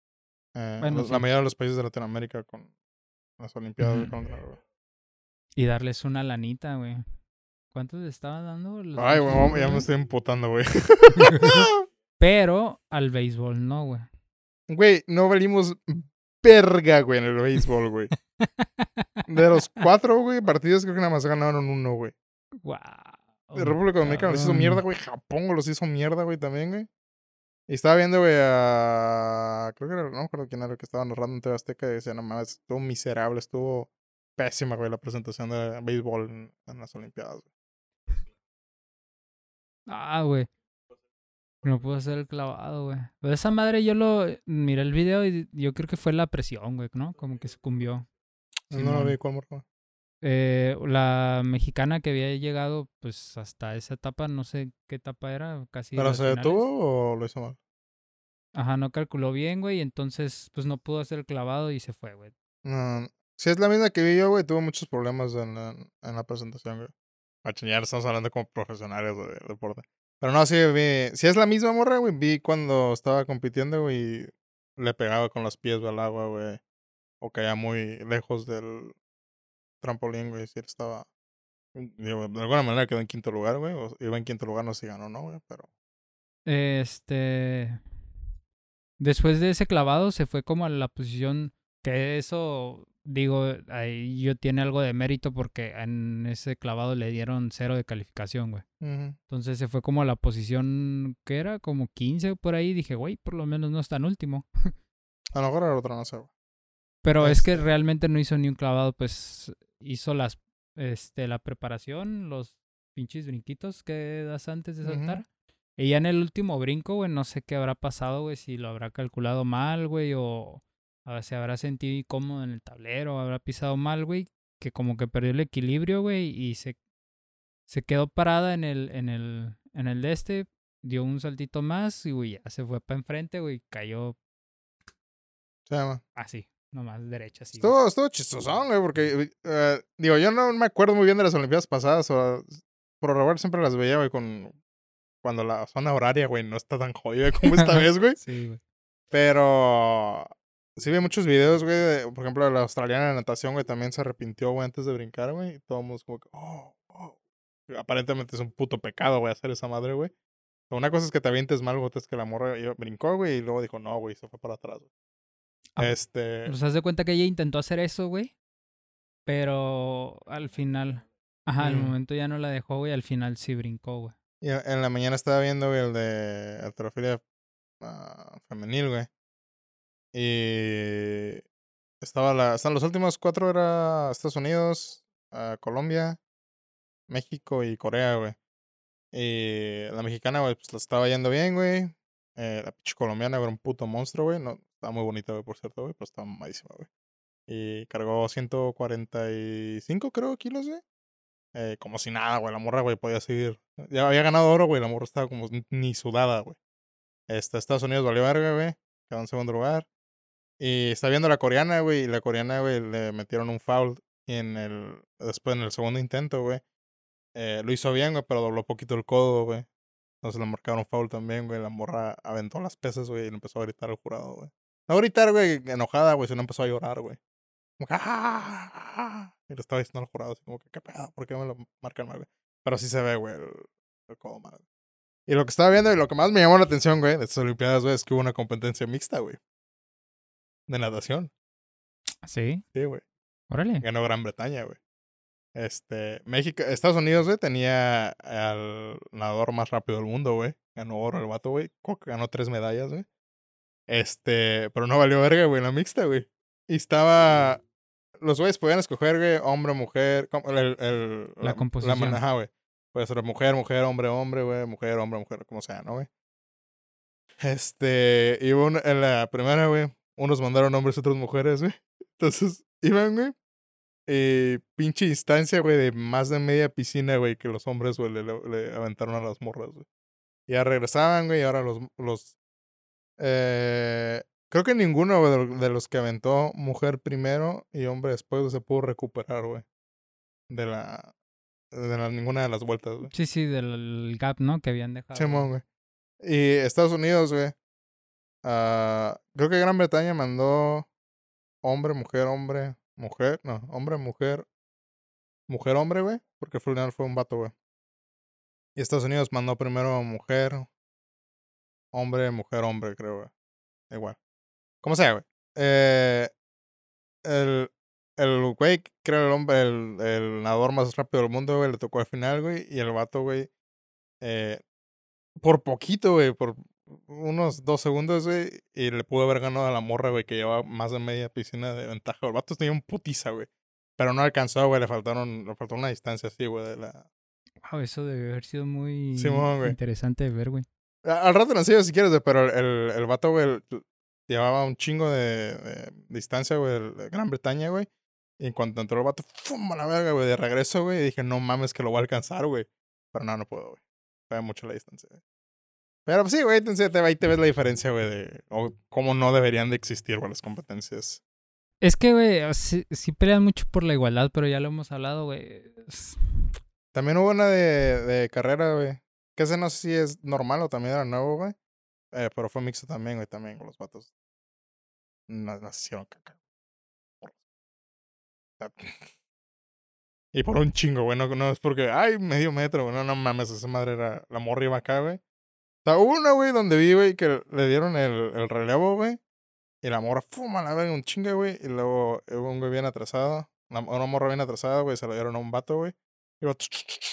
A: Eh,
B: Bueno,
A: los- la
B: sí.
A: mayoría de los países de Latinoamérica con las Olimpiadas, güey,
B: Ujú.
A: con el- güey.
B: Y darles una lanita, güey. ¿Cuánto le estaban dando los
A: Ay,
B: pinches
A: güey, ya me
B: Olimpiadas?
A: estoy emputando, güey.
B: Pero al béisbol no, güey.
A: Güey, no valimos verga, güey, en el béisbol, güey. De los cuatro, güey, partidos creo que nada más ganaron uno, güey.
B: Wow.
A: De República Dominicana los hizo mierda, güey. Japón los hizo mierda, güey, también, güey. Y estaba viendo, güey, a. Creo que era, no me acuerdo quién era el que estaba narrando en T V Azteca y decía, no mames, estuvo miserable, estuvo pésima, güey, la presentación de béisbol en, en las Olimpiadas, güey.
B: Ah, güey. No puedo hacer el clavado, güey. Pero esa madre yo lo miré el video y yo creo que fue la presión, güey, ¿no? Como que sucumbió.
A: No lo vi,
B: Simón.
A: ¿cuál morro?
B: Eh, la mexicana que había llegado, pues hasta esa etapa, no sé qué etapa era, casi
A: ¿Pero
B: las
A: se
B: finales.
A: detuvo o lo hizo mal?
B: Ajá, no calculó bien, güey, entonces pues no pudo hacer el clavado y se fue, güey.
A: No, si es la misma que vi yo, güey, tuvo muchos problemas en la, en la presentación, güey. Macho, ya estamos hablando como profesionales, güey, del deporte. Pero no, sí, vi. Si es la misma morra, güey. Vi cuando estaba compitiendo, güey. Le pegaba con los pies al agua, güey. O caía muy lejos del trampolín, güey. Si él estaba. Digo, de alguna manera quedó en quinto lugar, güey. O iba en quinto lugar, no sé si ganó, ¿no, güey? Pero.
B: Este. Después de ese clavado se fue como a la posición que eso, digo, ahí yo tiene algo de mérito porque en ese clavado le dieron cero de calificación, güey.
A: Uh-huh.
B: Entonces se fue como a la posición que era como quince por ahí. Dije, güey, por lo menos no está en último.
A: A lo mejor era otra, no sé, güey.
B: Pero es que
A: Este.
B: realmente no hizo ni un clavado, pues hizo las, este, la preparación, los pinches brinquitos que das antes de
A: Ujú.
B: saltar. Y ya en el último brinco, güey, no sé qué habrá pasado, güey, si lo habrá calculado mal, güey, o a ver, se habrá sentido incómodo en el tablero, habrá pisado mal, güey, que como que perdió el equilibrio, güey, y se, se quedó parada en el, en el, en el de este, dio un saltito más y, güey, ya se fue para enfrente, güey, cayó
A: Se llama.
B: así, nomás derecha, así, güey.
A: Estuvo, estuvo chistosón, güey, porque, eh, digo, yo no me acuerdo muy bien de las Olimpiadas pasadas, o por lo regular siempre las veía, güey, con cuando la zona horaria, güey, no está tan jodida como esta vez, güey.
B: Sí, güey.
A: Pero sí vi muchos videos, güey, de- por ejemplo, la australiana de natación, güey, también se arrepintió, güey, antes de brincar, güey, y todo el mundo es como que, oh, oh. Aparentemente es un puto pecado, güey, hacer esa madre, güey. Una cosa es que te avientes mal, güey, otra es que la morra iba- brincó, güey, y luego dijo, no, güey, se fue para atrás, güey.
B: Ah,
A: Este...
B: Pues haz de cuenta que ella intentó hacer eso, güey. Pero al final. Ajá, al
A: mm.
B: momento ya no la dejó, güey. Al final sí brincó, güey.
A: Y en en la mañana estaba viendo, güey, el de halterofilia ah, femenil, güey. Y estaba la, están los últimos cuatro era Estados Unidos, ah, Colombia, México y Corea, güey. Y la mexicana, güey, pues la estaba yendo bien, güey. Eh, la pinche colombiana, güey, era un puto monstruo, güey. No, estaba muy bonita, güey, por cierto, güey, pero estaba mamadísima, güey. Y cargó ciento cuarenta y cinco, creo, kilos, güey. Eh, como si nada, güey. La morra, güey, podía seguir. Ya había ganado oro, güey. La morra estaba como ni sudada, güey. Este, Estados Unidos valió verga, güey. Quedó en segundo lugar. Y está viendo la coreana, güey. Y la coreana, güey, le metieron un foul. Y en el. Después, en el segundo intento, güey. Eh, lo hizo bien, güey, pero dobló poquito el codo, güey. Entonces le marcaron foul también, güey. La morra aventó las pesas, güey, y le empezó a gritar al jurado, güey. No a gritar, güey, enojada, güey, sino empezó a llorar, güey. Como que, ¡ah! Y le estaba diciendo al jurado, así como que, ¿qué pedo? ¿Por qué me lo marcan mal, güey? Pero sí se ve, güey, el, el codo mal. Y lo que estaba viendo y lo que más me llamó la atención, güey, de estas Olimpiadas, güey, es que hubo una competencia mixta, güey. De natación.
B: ¿Sí?
A: Sí, güey.
B: Órale.
A: Ganó Gran Bretaña, güey. Este, México, Estados Unidos, güey, tenía al nadador más rápido del mundo, güey. Ganó oro el vato, güey. Ganó tres medallas, güey. Este, pero no valió verga, güey, la mixta, güey. Y estaba. Los güeyes podían escoger, güey, hombre, mujer. El, el,
B: La
A: la, la
B: composición.
A: maneja, güey. Puede ser mujer, mujer, hombre, hombre, güey. Mujer, hombre, mujer, como sea, ¿no, güey? Este, y un, en la primera, güey, unos mandaron hombres y otros mujeres, güey. Entonces, iban, güey. Eh, pinche instancia, güey, de más de media piscina, güey, que los hombres, güey, le, le aventaron a las morras, güey. Ya regresaban, güey, y ahora los, los eh, creo que ninguno, güey, de, de los que aventó mujer primero y hombre después, güey, se pudo recuperar, güey, de la, de la, ninguna de las vueltas, güey.
B: Sí, sí, del gap, ¿no? Que habían dejado.
A: Simón, güey. Y Estados Unidos, güey. Uh, creo que Gran Bretaña mandó hombre, mujer, hombre, mujer, no, hombre, mujer, mujer, hombre, güey, porque al final fue un vato, güey. Y Estados Unidos mandó primero mujer, hombre, mujer, hombre, creo, güey. Igual. Como sea, güey. Eh, el, el güey, creo el hombre, el, el nadador más rápido del mundo, güey, le tocó al final, güey. Y el vato, güey, eh, por poquito, güey, por unos dos segundos, güey, y le pudo haber ganado a la morra, güey, que llevaba más de media piscina de ventaja. El vato tenía un putiza, güey. Pero no alcanzó, güey, le faltaron, le faltó una distancia así, güey, de la...
B: Wow, eso debe haber sido muy
A: Simón, güey.
B: interesante de ver, güey.
A: Al rato lo enseño si quieres, güey, pero el, el vato, güey, llevaba un chingo de, de distancia, güey, de Gran Bretaña, güey. Y en cuanto entró el vato, ¡fum! A la verga, güey, de regreso, güey. Y dije, no mames, que lo voy a alcanzar, güey. Pero no, no puedo, güey. Fue mucho la distancia, güey. Pero pues sí, güey, entonces ahí te ves la diferencia, güey, de o cómo no deberían de existir, güey, las competencias.
B: Es que, güey, sí, sí pelean mucho por la igualdad, pero ya lo hemos hablado, güey. Es-
A: También hubo una de, de carrera, güey. Que ese no sé si es normal o también era nuevo, güey. Eh, pero fue mixto también, güey, también con los vatos. No, no se hicieron caca. Y por un chingo, güey. No, no es porque, ay, medio metro, güey. No, no mames, esa madre era. La morra iba acá, güey. O sea, hubo una, güey, donde vi, güey, que le dieron el, el relevo, güey. Y la morra, fuma, la verga, un chinga, güey. Y luego hubo un güey bien atrasado. Una, una morra bien atrasada, güey. Se lo dieron a un vato, güey. Y lo.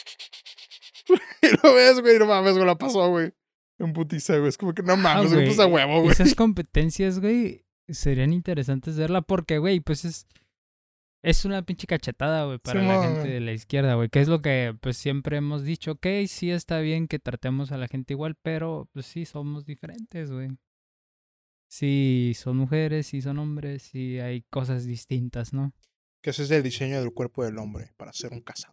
A: Y lo ves, güey. No mames, güey, la pasó, güey. En putiza, güey. Es como que no
B: Ah,
A: mames, güey, pues a
B: güey.
A: huevo, güey.
B: Esas competencias, güey, serían interesantes verla porque, güey, pues es. Es una pinche cachetada, güey, para la
A: Simón,
B: gente
A: güey.
B: de la izquierda, güey. Que es lo que, pues, siempre hemos dicho. Ok, sí está bien que tratemos a la gente igual, pero, pues, sí somos diferentes, güey. Sí son mujeres, sí son hombres, sí hay cosas distintas, ¿no?
A: Que ese es el diseño del cuerpo del hombre. Para ser un casado.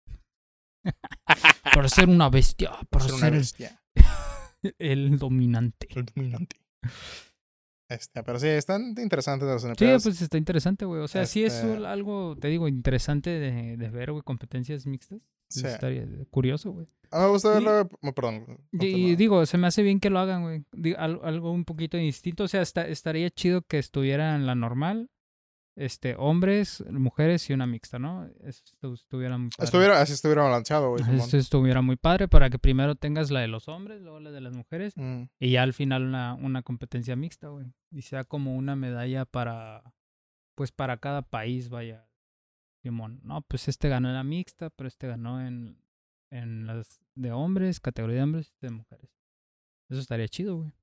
B: Para ser una bestia,
A: Para
B: para
A: ser una
B: ser el,
A: bestia.
B: el dominante.
A: El dominante. Este, pero sí, están interesantes las
B: Sí,
A: Olimpiadas.
B: pues está interesante, güey. O sea, sí es
A: Este-
B: un- algo, te digo, interesante de, de ver, güey, competencias mixtas.
A: Sí.
B: Estaría curioso, güey.
A: A mí me gusta
B: Y-
A: verlo. oh, perdón.
B: Y, y
A: continúa.
B: digo, se me hace bien que lo hagan, güey. Di- al- algo un poquito distinto. O sea, está- estaría chido que estuviera en la normal. Este, hombres, mujeres y una mixta, ¿no? Eso estu- estuviera muy padre.
A: Estuviera, así estuviera balanceado, güey. Simón.
B: Eso estuviera muy padre para que primero tengas la de los hombres, luego la de las mujeres.
A: Mm.
B: Y ya al final una, una competencia mixta, güey. Y sea como una medalla para, pues para cada país, vaya. Simón, no, pues este ganó en la mixta, pero este ganó en, en las de hombres, categoría de hombres y de mujeres. Eso estaría chido, güey.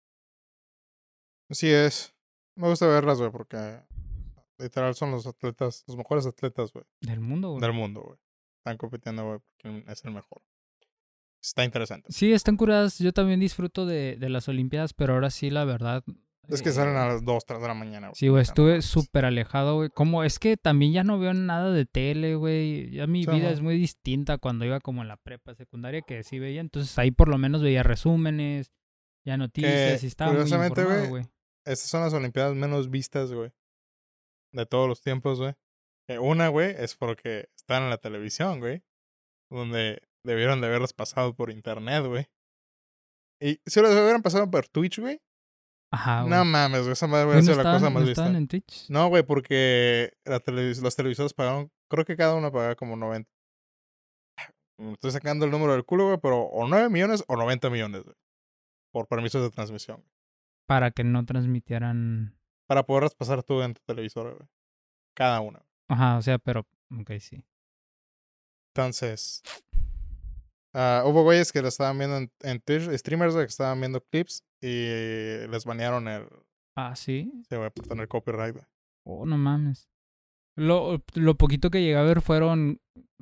A: Así es. Me gusta verlas, güey, porque literal son los atletas, los mejores atletas, güey,
B: Del mundo, güey.
A: del mundo, güey. Están compitiendo, güey, porque es el mejor. Está interesante.
B: Sí, están curadas. Yo también disfruto de, de las Olimpiadas, pero ahora sí, la verdad.
A: Es que
B: eh,
A: salen a las dos, tres de la mañana, güey.
B: Sí, güey,
A: O sea, no
B: estuve
A: mames.
B: súper alejado, güey. Como es que también ya no veo nada de tele, güey. Ya mi
A: Sí,
B: vida
A: ajá.
B: es muy distinta cuando iba como en la prepa secundaria, que sí veía. Entonces ahí por lo menos veía resúmenes, ya noticias, y estaba muy
A: curiosamente,
B: informado,
A: güey,
B: güey.
A: Estas son las Olimpiadas menos vistas, güey. De todos los tiempos, güey. Que una, güey, es porque están en la televisión, güey. Donde debieron de haberlas pasado por internet, güey. Y si las hubieran pasado por Twitch, güey.
B: Ajá, güey.
A: No mames, güey. Esa madre
B: Güey,
A: hubiera
B: ¿no
A: sido la cosa
B: estaban,
A: más
B: no
A: vista.
B: estaban en Twitch?
A: No, güey, porque la televis- los televisores pagaron. Creo que cada uno pagaba como noventa. Me estoy sacando el número del culo, güey, pero o nueve millones o noventa millones, güey. Por permisos de transmisión.
B: Para que no transmitieran.
A: Para poderlas pasar tú en tu televisor, güey. Cada una.
B: Ajá, o sea, pero. Ok, sí.
A: Entonces. ah, hubo güeyes que lo estaban viendo en, en Twitch, streamers, güey, que estaban viendo clips y les banearon el.
B: Ah, sí.
A: Sí, güey, por tener copyright, güey.
B: Oh, no mames. Lo, lo poquito que llegué a ver fueron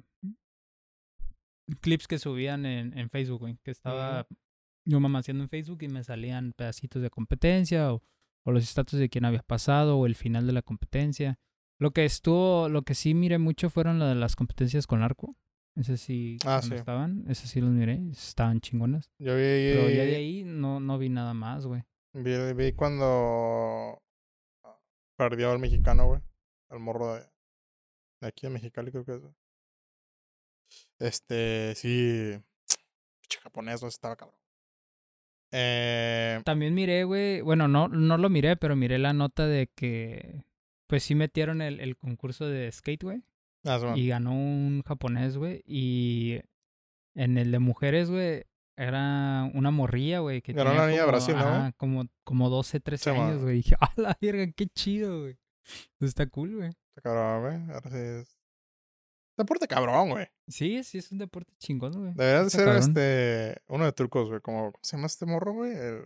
B: clips que subían en, en Facebook, güey. Que estaba yo mamaseando en Facebook y me salían pedacitos de competencia o, o los estatus de quién había pasado o el final de la competencia. Lo que estuvo, lo que sí miré mucho fueron la de las competencias con arco. Ese sí,
A: Ah,
B: cuando
A: sí.
B: estaban, ese sí los miré, estaban chingonas.
A: Yo vi.
B: Pero ya de ahí no, no vi nada más, güey.
A: Vi, vi cuando perdió el mexicano, güey. El morro de, de aquí en Mexicali, creo que es. güey. Este, sí. Pinche japonés, no estaba cabrón. Eh,
B: También miré, güey, bueno, no, no lo miré, pero miré la nota de que, pues sí metieron el, el concurso de skate, güey.
A: ah, sí, man.
B: Y ganó un japonés, güey. Y en el de mujeres, güey, era una morrilla, güey. Que
A: Ganó
B: tenía
A: la niña de
B: como,
A: Brasil, ¿no, güey?
B: ajá, como, como doce, trece
A: Sí, man.
B: años, güey. Y dije, ¡ah, la verga, qué chido, güey! Pues está cool, güey.
A: Está cabrón, güey. Ahora sí es. Deporte cabrón, güey.
B: Sí, sí, es un deporte chingón, güey.
A: Debería de
B: Está
A: ser
B: cabrón.
A: este. Uno de trucos, güey. Como, ¿cómo se llama este morro, güey? El.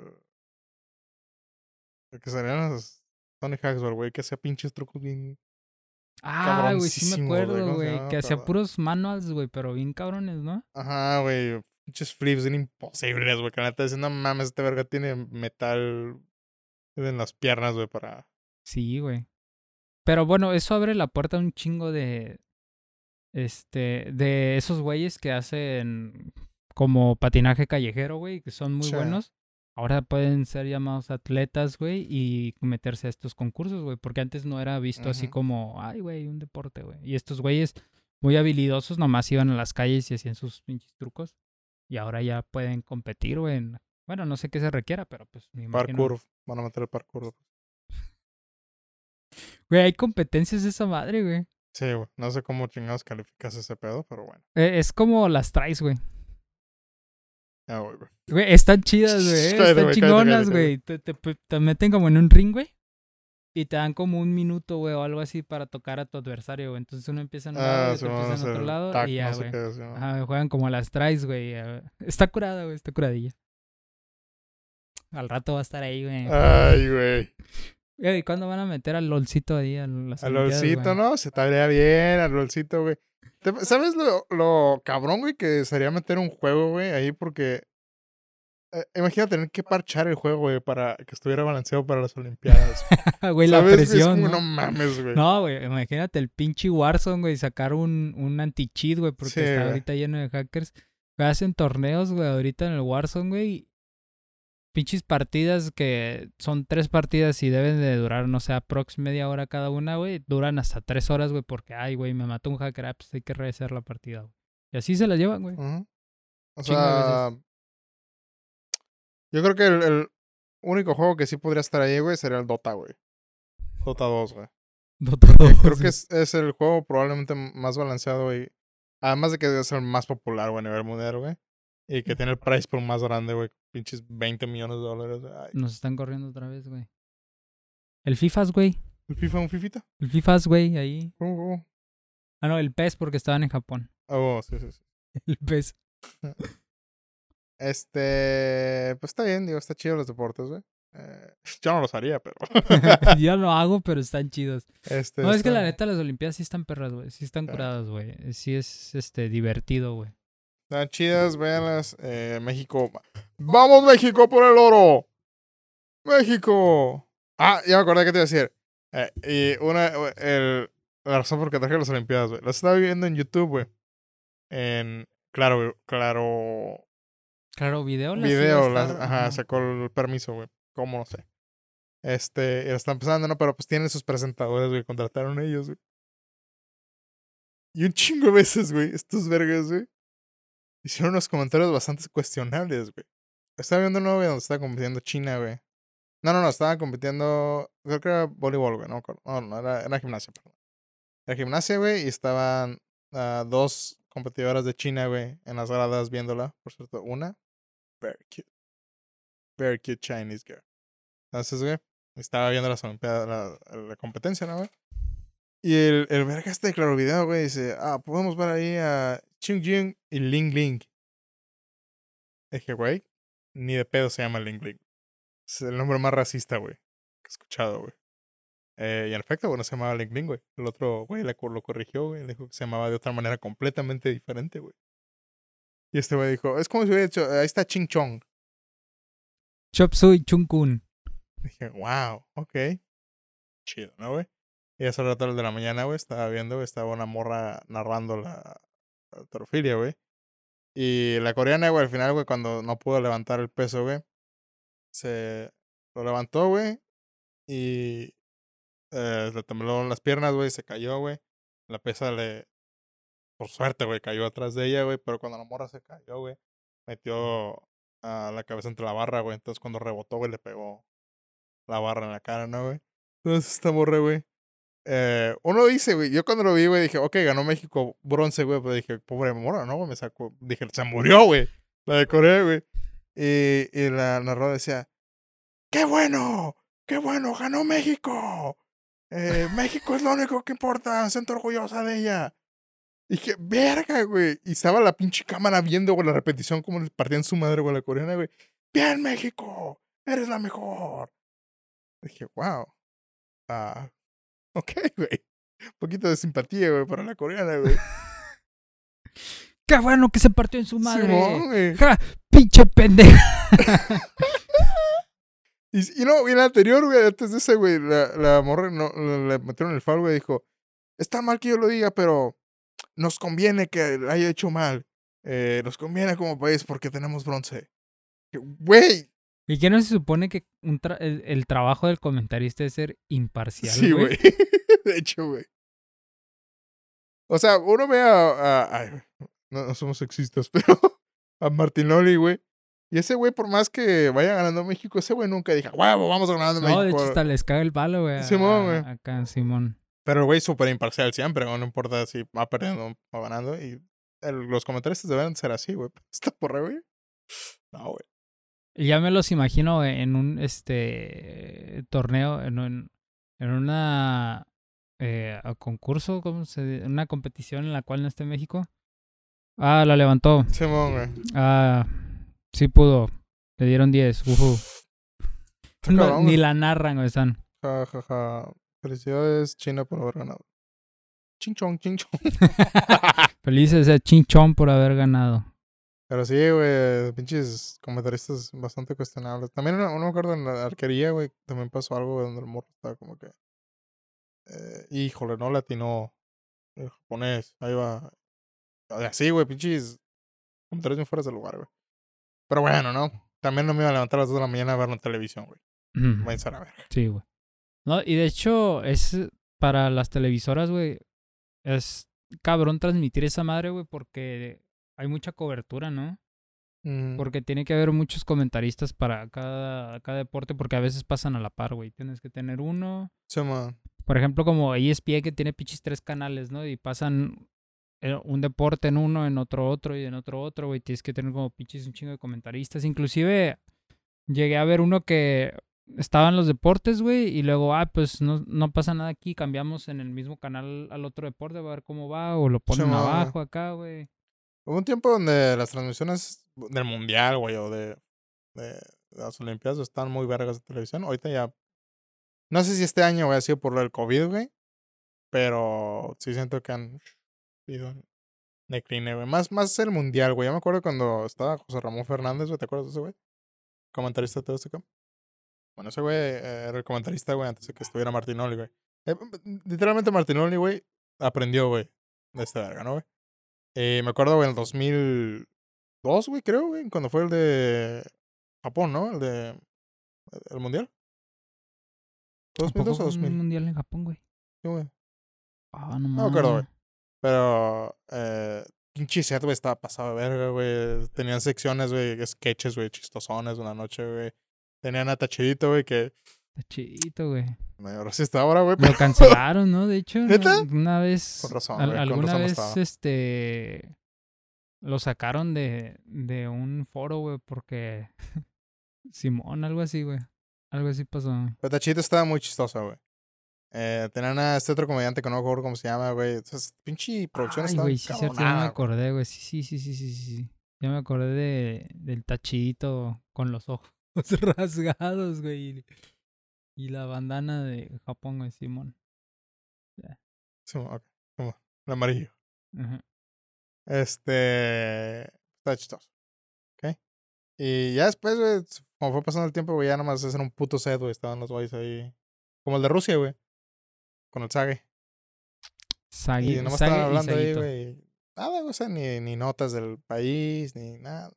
A: El que salían los Tony Hawks, güey. Que hacía pinches trucos bien.
B: Ah, güey, sí me
A: cabroncísimos, güey.
B: acuerdo,
A: ¿Cómo se
B: güey.
A: llama?
B: Que hacía
A: Perdón.
B: puros manuals, güey, pero bien cabrones, ¿no?
A: Ajá, güey. Pinches flips bien imposibles, güey. Que la neta dicen, no mames, este verga tiene metal en las piernas, güey, para.
B: Sí, güey. Pero bueno, eso abre la puerta a un chingo de. Este. De esos güeyes que hacen como patinaje callejero, güey, que son muy
A: Sí.
B: buenos. Ahora pueden ser llamados atletas, güey, y meterse a estos concursos, güey. Porque antes no era visto así
A: Ujú.
B: como, ay, güey, un deporte, güey. Y estos güeyes muy habilidosos nomás iban a las calles y hacían sus pinches trucos. Y ahora ya pueden competir, güey. en- Bueno, no sé qué se requiera, pero pues me imagino.
A: Parkour. Van a meter el parkour.
B: Güey, hay competencias de esa madre, güey.
A: Sí, güey. No sé cómo chingados calificas ese pedo, pero bueno.
B: Eh, es como las traes, güey.
A: Ya, güey, güey.
B: Güey, están chidas, güey. eh,
A: Cállate,
B: Están
A: güey, cállate,
B: chingonas,
A: cállate,
B: güey. Te, te, te- te meten como en un ring, güey. Y te dan como un minuto, güey, o algo así para tocar a tu adversario, güey. Entonces uno empieza en un lado
A: Ah,
B: y
A: sí,
B: otro empieza
A: vamos
B: en
A: a
B: otro
A: hacer
B: lado
A: tac,
B: y ya,
A: no sé
B: güey.
A: qué. Sí, ¿no?
B: Ajá, juegan como las tries, güey. eh, Está curada, güey. Está curadilla. Al rato va a estar ahí, güey.
A: Ay, güey.
B: Güey, ¿cuándo van a meter al LOLcito ahí a las
A: Al
B: Olimpiadas,
A: LOLcito,
B: güey?
A: ¿no? Se estaría bien, al LOLcito, güey. Te- ¿Sabes lo, lo cabrón, güey, que sería meter un juego, güey, ahí? Porque eh, imagina tener que parchar el juego, güey, para que estuviera balanceado para las Olimpiadas.
B: Güey, la
A: ¿Sabes? Güey? Es
B: presión,
A: como,
B: ¿no?
A: no mames, güey.
B: No, güey, imagínate el pinche Warzone, güey, sacar un, un anti-cheat, güey, porque
A: Sí,
B: está
A: güey.
B: ahorita lleno de hackers. Güey, hacen torneos, güey, ahorita en el Warzone, güey. Pinches partidas que son tres partidas y deben de durar, no sé, aprox media hora cada una, güey. Duran hasta tres horas, güey, porque, ay, güey, me mató un hacker, ah, pues hay que rehacer la partida, güey. Y así se la llevan, güey.
A: Ujú. O
B: Chingo de veces.
A: sea, yo creo que el, el único juego que sí podría estar ahí, güey, sería el Dota, güey. Dota dos, güey.
B: Dota
A: Porque
B: dos,
A: creo que
B: güey.
A: es, es el juego probablemente más balanceado y además de que es el más popular, güey, a nivel mundial, güey. Y que tiene el price pool más grande, güey. Pinches veinte millones de dólares. Ay.
B: Nos están corriendo otra vez, güey. El FIFAs, güey.
A: ¿El FIFA, un fifita?
B: El FIFAs, güey, ahí.
A: ¿Cómo, cómo?
B: Ah, no, el PES porque estaban en Japón.
A: Oh, sí, sí, sí.
B: El PES.
A: Este, pues está bien, digo, está chido los deportes, güey. Eh, yo no los haría, pero.
B: Yo lo hago, pero están chidos.
A: este,
B: No, es que la
A: está-
B: neta las Olimpiadas sí están perras, güey. Sí están
A: Sí.
B: curadas, güey. Sí es, este, divertido, güey.
A: Están chidas, véanlas. Eh, México. ¡Vamos, México, por el oro! ¡México! Ah, ya me acordé que te iba a decir. Eh, y una, el, la razón por que traje las Olimpiadas, güey. Las estaba viendo en YouTube, güey. En. Claro, güey, claro.
B: Claro, video las iba a
A: Video, las,
B: estar,
A: ajá,
B: ajá.
A: sacó el permiso, güey. ¿Cómo? No sé. Este, y la están empezando, ¿no? Pero pues tienen sus presentadores, güey. Contrataron ellos, güey. Y un chingo de veces, güey, estos vergas, güey, hicieron unos comentarios bastante cuestionables, güey. Estaba viendo un nuevo video donde estaba compitiendo China, güey. No, no, no, estaba compitiendo. Creo que era voleibol, güey. No, me acuerdo. No, no, era, era gimnasia, perdón. Era gimnasia, güey, y estaban ah, dos competidoras de China, güey, en las gradas viéndola. Por cierto, una, very cute. Very cute Chinese girl. Entonces, güey, estaba viendo las Olimpiadas, la, la competencia, ¿no, güey? Y el, el verga este de Claro Video, güey, dice, ah, podemos ver ahí a Chung Jing y Ling Ling. Dije, güey, ni de pedo se llama Ling Ling. Es el nombre más racista, güey, que he escuchado, güey. Eh, y en efecto, bueno, se llamaba Ling Ling, güey. El otro, güey, le co- lo corrigió, güey. Le dijo que se llamaba de otra manera completamente diferente, güey. Y este güey dijo, es como si hubiera dicho, ahí está Ching Chong.
B: Chop Suey Chung Kun.
A: Dije, wow, ok. Chido, ¿no, güey? Y a ese rato de la mañana, güey, estaba viendo, güey, estaba una morra narrando la, la alterofilia, güey. Y la coreana, güey, al final, güey, cuando no pudo levantar el peso, güey, se lo levantó, güey, y eh, le temblaron las piernas, güey, se cayó, güey. La pesa le, por suerte, güey, cayó atrás de ella, güey, pero cuando la morra se cayó, güey, metió a la cabeza entre la barra, güey. Entonces cuando rebotó, güey, le pegó la barra en la cara, ¿no, güey? Entonces esta morra, güey. Eh, uno dice, güey, yo cuando lo vi, güey, dije, ok, ganó México bronce, güey, pero dije, pobre morra, ¿no, güey? Me sacó, dije, se murió, güey, la de Corea, güey. Y, y la narradora decía, ¡qué bueno! ¡Qué bueno! ¡Ganó México! Eh, México es lo único que importa, siento orgullosa de ella. Y dije, verga, güey. Y estaba la pinche cámara viendo, güey, la repetición como le partían su madre, güey, la coreana, güey. ¡Bien, México! ¡Eres la mejor! Dije, wow. Ah, ok, güey. Un poquito de simpatía, güey, para la coreana, güey.
B: ¡Qué bueno que se partió en su madre!
A: Simón, güey.
B: ¡Ja! ¡Pinche pendeja!
A: Y, y no, y en la anterior, güey, antes de ese, güey, la, la morra no, le, le metieron el foul, güey, dijo, está mal que yo lo diga, pero nos conviene que lo haya hecho mal. Eh, nos conviene como país porque tenemos bronce. Que, güey.
B: ¿Y qué no se supone que un tra- el, el trabajo del comentarista es ser imparcial,
A: Sí,
B: güey?
A: güey. De hecho, güey. O sea, uno ve a... a- ay, güey, no, no somos sexistas, pero a Martinoli, güey. Y ese güey, por más que vaya ganando México, ese güey nunca dijo, huevo, vamos ganando
B: No, de
A: México.
B: hecho, hasta les caga el palo, güey.
A: Simón, güey.
B: a- Acá, Simón.
A: Pero el güey súper imparcial siempre, güey. No importa si va perdiendo o ganando. Y el- los comentaristas deben ser así, güey. Esta porra, güey. No, güey.
B: Y ya me los imagino en un este torneo, en, un, en una eh, a concurso, ¿cómo se dice? Una competición en la cual no esté México. Ah, la levantó.
A: Simón, güey.
B: Ah, sí pudo. Le dieron diez. Ujú.
A: Está
B: No,
A: cabrón,
B: ni
A: güey.
B: la narran, güey, están.
A: Ja, ja, ja. Felicidades, China, por haber ganado. Ching chong, ching chong.
B: Felices de Chinchón por haber ganado.
A: Pero sí, güey, pinches comentaristas bastante cuestionables. También no, no me acuerdo en la arquería, güey, también pasó algo güey, donde el morro estaba como que... Eh, híjole, no latino el japonés, ahí va. Así, güey, pinches comentaristas bien fuera de lugar, güey. Pero bueno, ¿no? También no me iba a levantar a las dos de la mañana a verlo en televisión, güey.
B: Ujú.
A: Váyanse a la verga.
B: Sí, güey. No, y de hecho, es para las televisoras, güey. Es cabrón transmitir esa madre, güey, porque hay mucha cobertura, ¿no?
A: Mm,
B: Porque tiene que haber muchos comentaristas para cada, cada deporte, porque a veces pasan a la par, güey. Tienes que tener uno.
A: sí, man.
B: Por ejemplo, como E S P N que tiene pichis tres canales, ¿no? Y pasan eh, un deporte en uno, en otro otro y en otro otro, güey. Tienes que tener como pichis un chingo de comentaristas. Inclusive llegué a ver uno que estaban los deportes, güey, y luego, ah, pues no, no pasa nada aquí, cambiamos en el mismo canal al otro deporte, a ver cómo va, o lo
A: Sí,
B: ponen
A: man.
B: abajo acá, güey.
A: Hubo un tiempo donde las transmisiones del mundial, güey, o de, de, de las olimpiadas están muy vergas de televisión. Ahorita ya... No sé si este año, güey, ha sido por el COVID, güey. Pero sí siento que han ido en decline, güey. Más, más el mundial, güey. Yo me acuerdo cuando estaba José Ramón Fernández, güey. ¿Te acuerdas de ese güey? Comentarista de T V Azteca. Bueno, ese güey eh, era el comentarista, güey, antes de que estuviera Martinoli, güey. Eh, literalmente Martinoli, güey, aprendió, güey, de esta verga, ¿no, güey? Eh, me acuerdo, güey, en el dos mil dos, güey, creo, güey, cuando fue el de Japón, ¿no? El de... ¿El mundial? ¿Fue
B: ¿A poco
A: dos mil dos o
B: fue
A: dos mil?
B: un mundial en Japón, güey?
A: Sí, güey.
B: Ah, no
A: No me acuerdo, güey.
B: mames.
A: Pero, eh, pinche set, güey, estaba pasado de verga, güey. Tenían secciones, güey, sketches, güey, chistosones una noche, güey. Tenían a Tachidito, güey, que
B: Está chidito, güey.
A: medio racista ahora, güey,
B: Lo
A: pero...
B: cancelaron, ¿no? De hecho, no-
A: ¿Neta?
B: una
A: Con
B: vez,
A: razón,
B: al-
A: güey, con
B: alguna
A: razón no
B: vez,
A: estaba.
B: este, lo sacaron de, de un foro, güey, porque Simón, algo así, güey. Algo así pasó, güey.
A: Pero Tachidito estaba muy chistoso, güey. Eh, tenían a este otro comediante que no me acuerdo cómo se llama, güey. Entonces, pinche producción
B: Ay,
A: estaba
B: güey, sí, cierto, ya me
A: cabronada, güey.
B: acordé, güey. Sí, sí, sí, sí, sí, sí, sí. Ya me acordé de, del tachito con los ojos rasgados, güey. Y, y la bandana de Japón, güey, Simón.
A: Sí, ok, como el amarillo.
B: Ajá.
A: Este... Está chistoso, ¿ok? Y ya después, güey, como fue pasando el tiempo, güey, ya nomás era un puto set, güey. Estaban los güeyes ahí. Como el de Rusia, güey. Con el Sage. Y
B: Sagui-
A: nomás estaban
B: Sage y
A: hablando ahí,
B: Saguito.
A: güey. Nada, o sea, ni, ni notas del país, ni nada.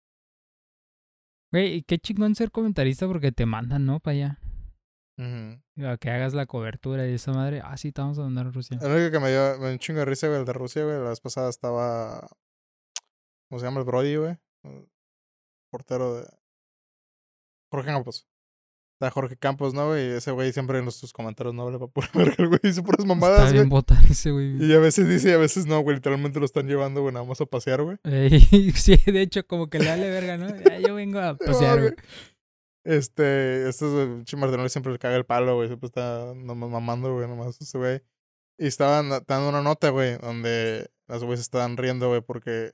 B: Güey, y qué chingón ser comentarista porque te mandan, ¿no? Para allá.
A: Ujú.
B: A que hagas la cobertura y esa madre. Ah, sí, te vamos a mandar a Rusia.
A: El único que me dio, me dio un chingo de risa, güey, el de Rusia, güey. La vez pasada estaba. ¿Cómo se llama el Brody, güey? El portero de. Jorge Campos. Está Jorge Campos, ¿no, güey? Ese güey siempre en los, sus comentarios no habla para pura verga, el güey. Dice puras
B: Está
A: mamadas,
B: bien
A: güey.
B: botar ese, güey.
A: Y a veces dice y a veces no, güey. Literalmente lo están llevando, güey, nada más a pasear, güey.
B: Ey, sí, de hecho, como que le vale verga, ¿no? Ya, yo vengo a pasear, güey.
A: Este, este es el Martinoli siempre le caga el palo, güey. Siempre está nomás mamando, güey, nomás ese güey. Y estaban dando una nota, güey, donde las güeyes estaban riendo, güey, porque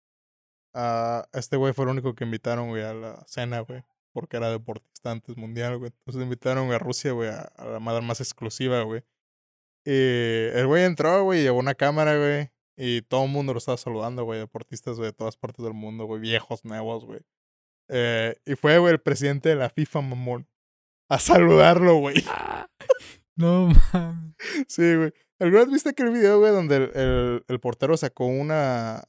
A: a este güey fue el único que invitaron, güey, a la cena, güey. Porque era deportista antes mundial, güey. Entonces invitaron, güey, a Rusia, güey, a, a la madre más exclusiva, güey. Y el güey entró, güey, llevó una cámara, güey. Y todo el mundo lo estaba saludando, güey. Deportistas, güey, de todas partes del mundo, güey. Viejos, nuevos, güey. Eh, y fue, güey, el presidente de la FIFA, mamón. A saludarlo, güey.
B: No mames.
A: Sí, güey. ¿Alguna vez viste aquel video, güey, donde el, el, el portero sacó una.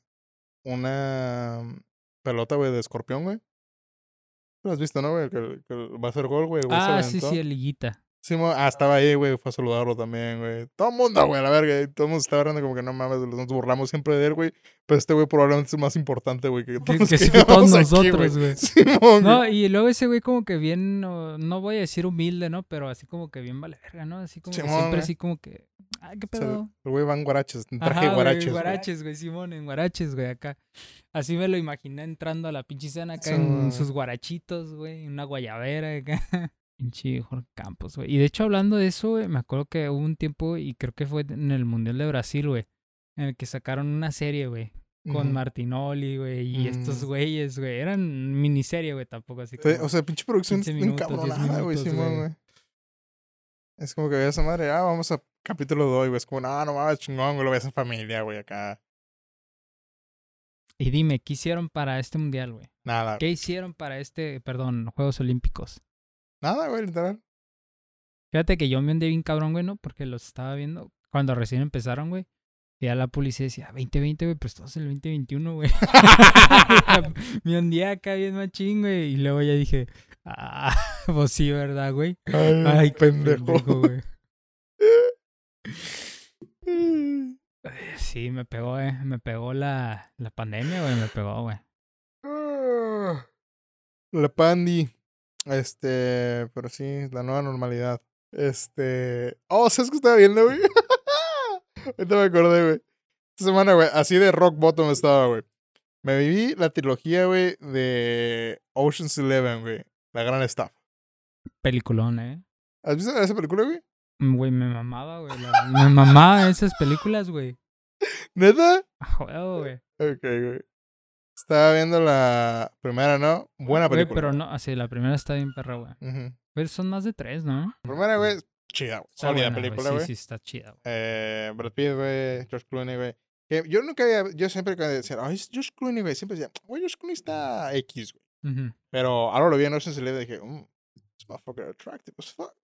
A: Una pelota, güey, de escorpión, güey? Lo has visto, ¿no, güey? Que, que va a hacer gol, güey. El güey se
B: Ah, sí, sí,
A: aventó.
B: el liguita.
A: Sí, mo- ah, estaba ahí, güey, fue a saludarlo también, güey. Todo el mundo, güey, a la verga. y Todo el mundo estaba hablando como que no mames, nos burlamos siempre de él, güey. Pero este güey probablemente es el más importante, güey, que todos
B: Que,
A: los
B: que
A: que
B: sí, que todos
A: llevamos aquí, güey.
B: nosotros, güey.
A: Simón,
B: No,
A: güey.
B: y luego ese güey como que bien, no, no voy a decir humilde, ¿no? Pero así como que bien vale verga, ¿no? Así como que
A: Simón,
B: siempre
A: güey.
B: así como que, ay, qué
A: O sea,
B: pedo.
A: el güey va en guaraches, en traje de
B: Ajá, güey,
A: guaraches, güey.
B: guaraches, güey, Simón, en guaraches, güey, acá. Así me lo imaginé entrando a la pinche cena acá
A: Sí,
B: en
A: güey.
B: sus guarachitos, güey, una guayabera acá. Pinche Jorge Campos, güey. Y de hecho, hablando de eso, güey, me acuerdo que hubo un tiempo, y creo que fue en el Mundial de Brasil, güey, en el que sacaron una serie, güey, con
A: Ujú.
B: Martinoli, güey, y estos
A: Mm.
B: güeyes, güey. Eran miniserie, güey, tampoco así
A: Fue-
B: como
A: O sea, pinche producción
B: quince
A: bien
B: minutos, diez
A: cabronada, güey,
B: minutos,
A: Simón,
B: güey.
A: güey. Es como que veas esa madre, ah, vamos a capítulo dos, güey. Es como, no, no mames, chingón, güey, lo ves en familia, güey, acá.
B: Y dime, ¿qué hicieron para este Mundial, güey?
A: Nada,
B: ¿Qué hicieron para este, perdón, Juegos Olímpicos?
A: nada, güey, literal.
B: Fíjate que yo me hundí bien cabrón, güey, ¿no? Porque los estaba viendo cuando recién empezaron, güey. Y ya la policía decía, veinte veinte, güey, pero estamos en el veinte veintiuno, güey. Me hundí acá bien machín, güey. Y luego ya dije, ah, pues sí, ¿verdad, güey?
A: Ay,
B: Ay, qué
A: pendejo.
B: pendejo, güey. Sí, me pegó, eh. Me pegó la, la pandemia, güey. Me pegó, güey.
A: Ah, La pandi. Este, pero sí, la nueva normalidad. Este. Oh, ¿sabes qué estaba viendo, güey? Ahorita me acordé, güey. Esta semana, güey, así de rock bottom estaba, güey. Me viví la trilogía, güey, de Ocean's Eleven, güey. La gran estafa.
B: Peliculón, eh.
A: ¿Has visto esa película, güey?
B: Mm, Güey, me mamaba, güey. la- Me mamaba esas películas, güey.
A: ¿Neta?
B: A huevo, güey.
A: Ok, güey. Estaba viendo la primera, ¿no? Buena
B: Güey,
A: película.
B: pero no, así, la primera está bien perra, güey.
A: Ujú.
B: Pero son más de tres, ¿no?
A: La primera, güey, chida, güey.
B: Está
A: Sólida
B: buena,
A: película,
B: Sí,
A: güey.
B: sí, está chida, güey.
A: Eh, Brad Pitt, güey. George Clooney, güey. Que yo nunca había. Yo siempre que decía, ay, es George Clooney, güey. Siempre decía, güey, George Clooney está X, güey.
B: Ujú.
A: Pero ahora lo vi en Ocean's Eleven y dije, mmm, this motherfucker attractive as fuck.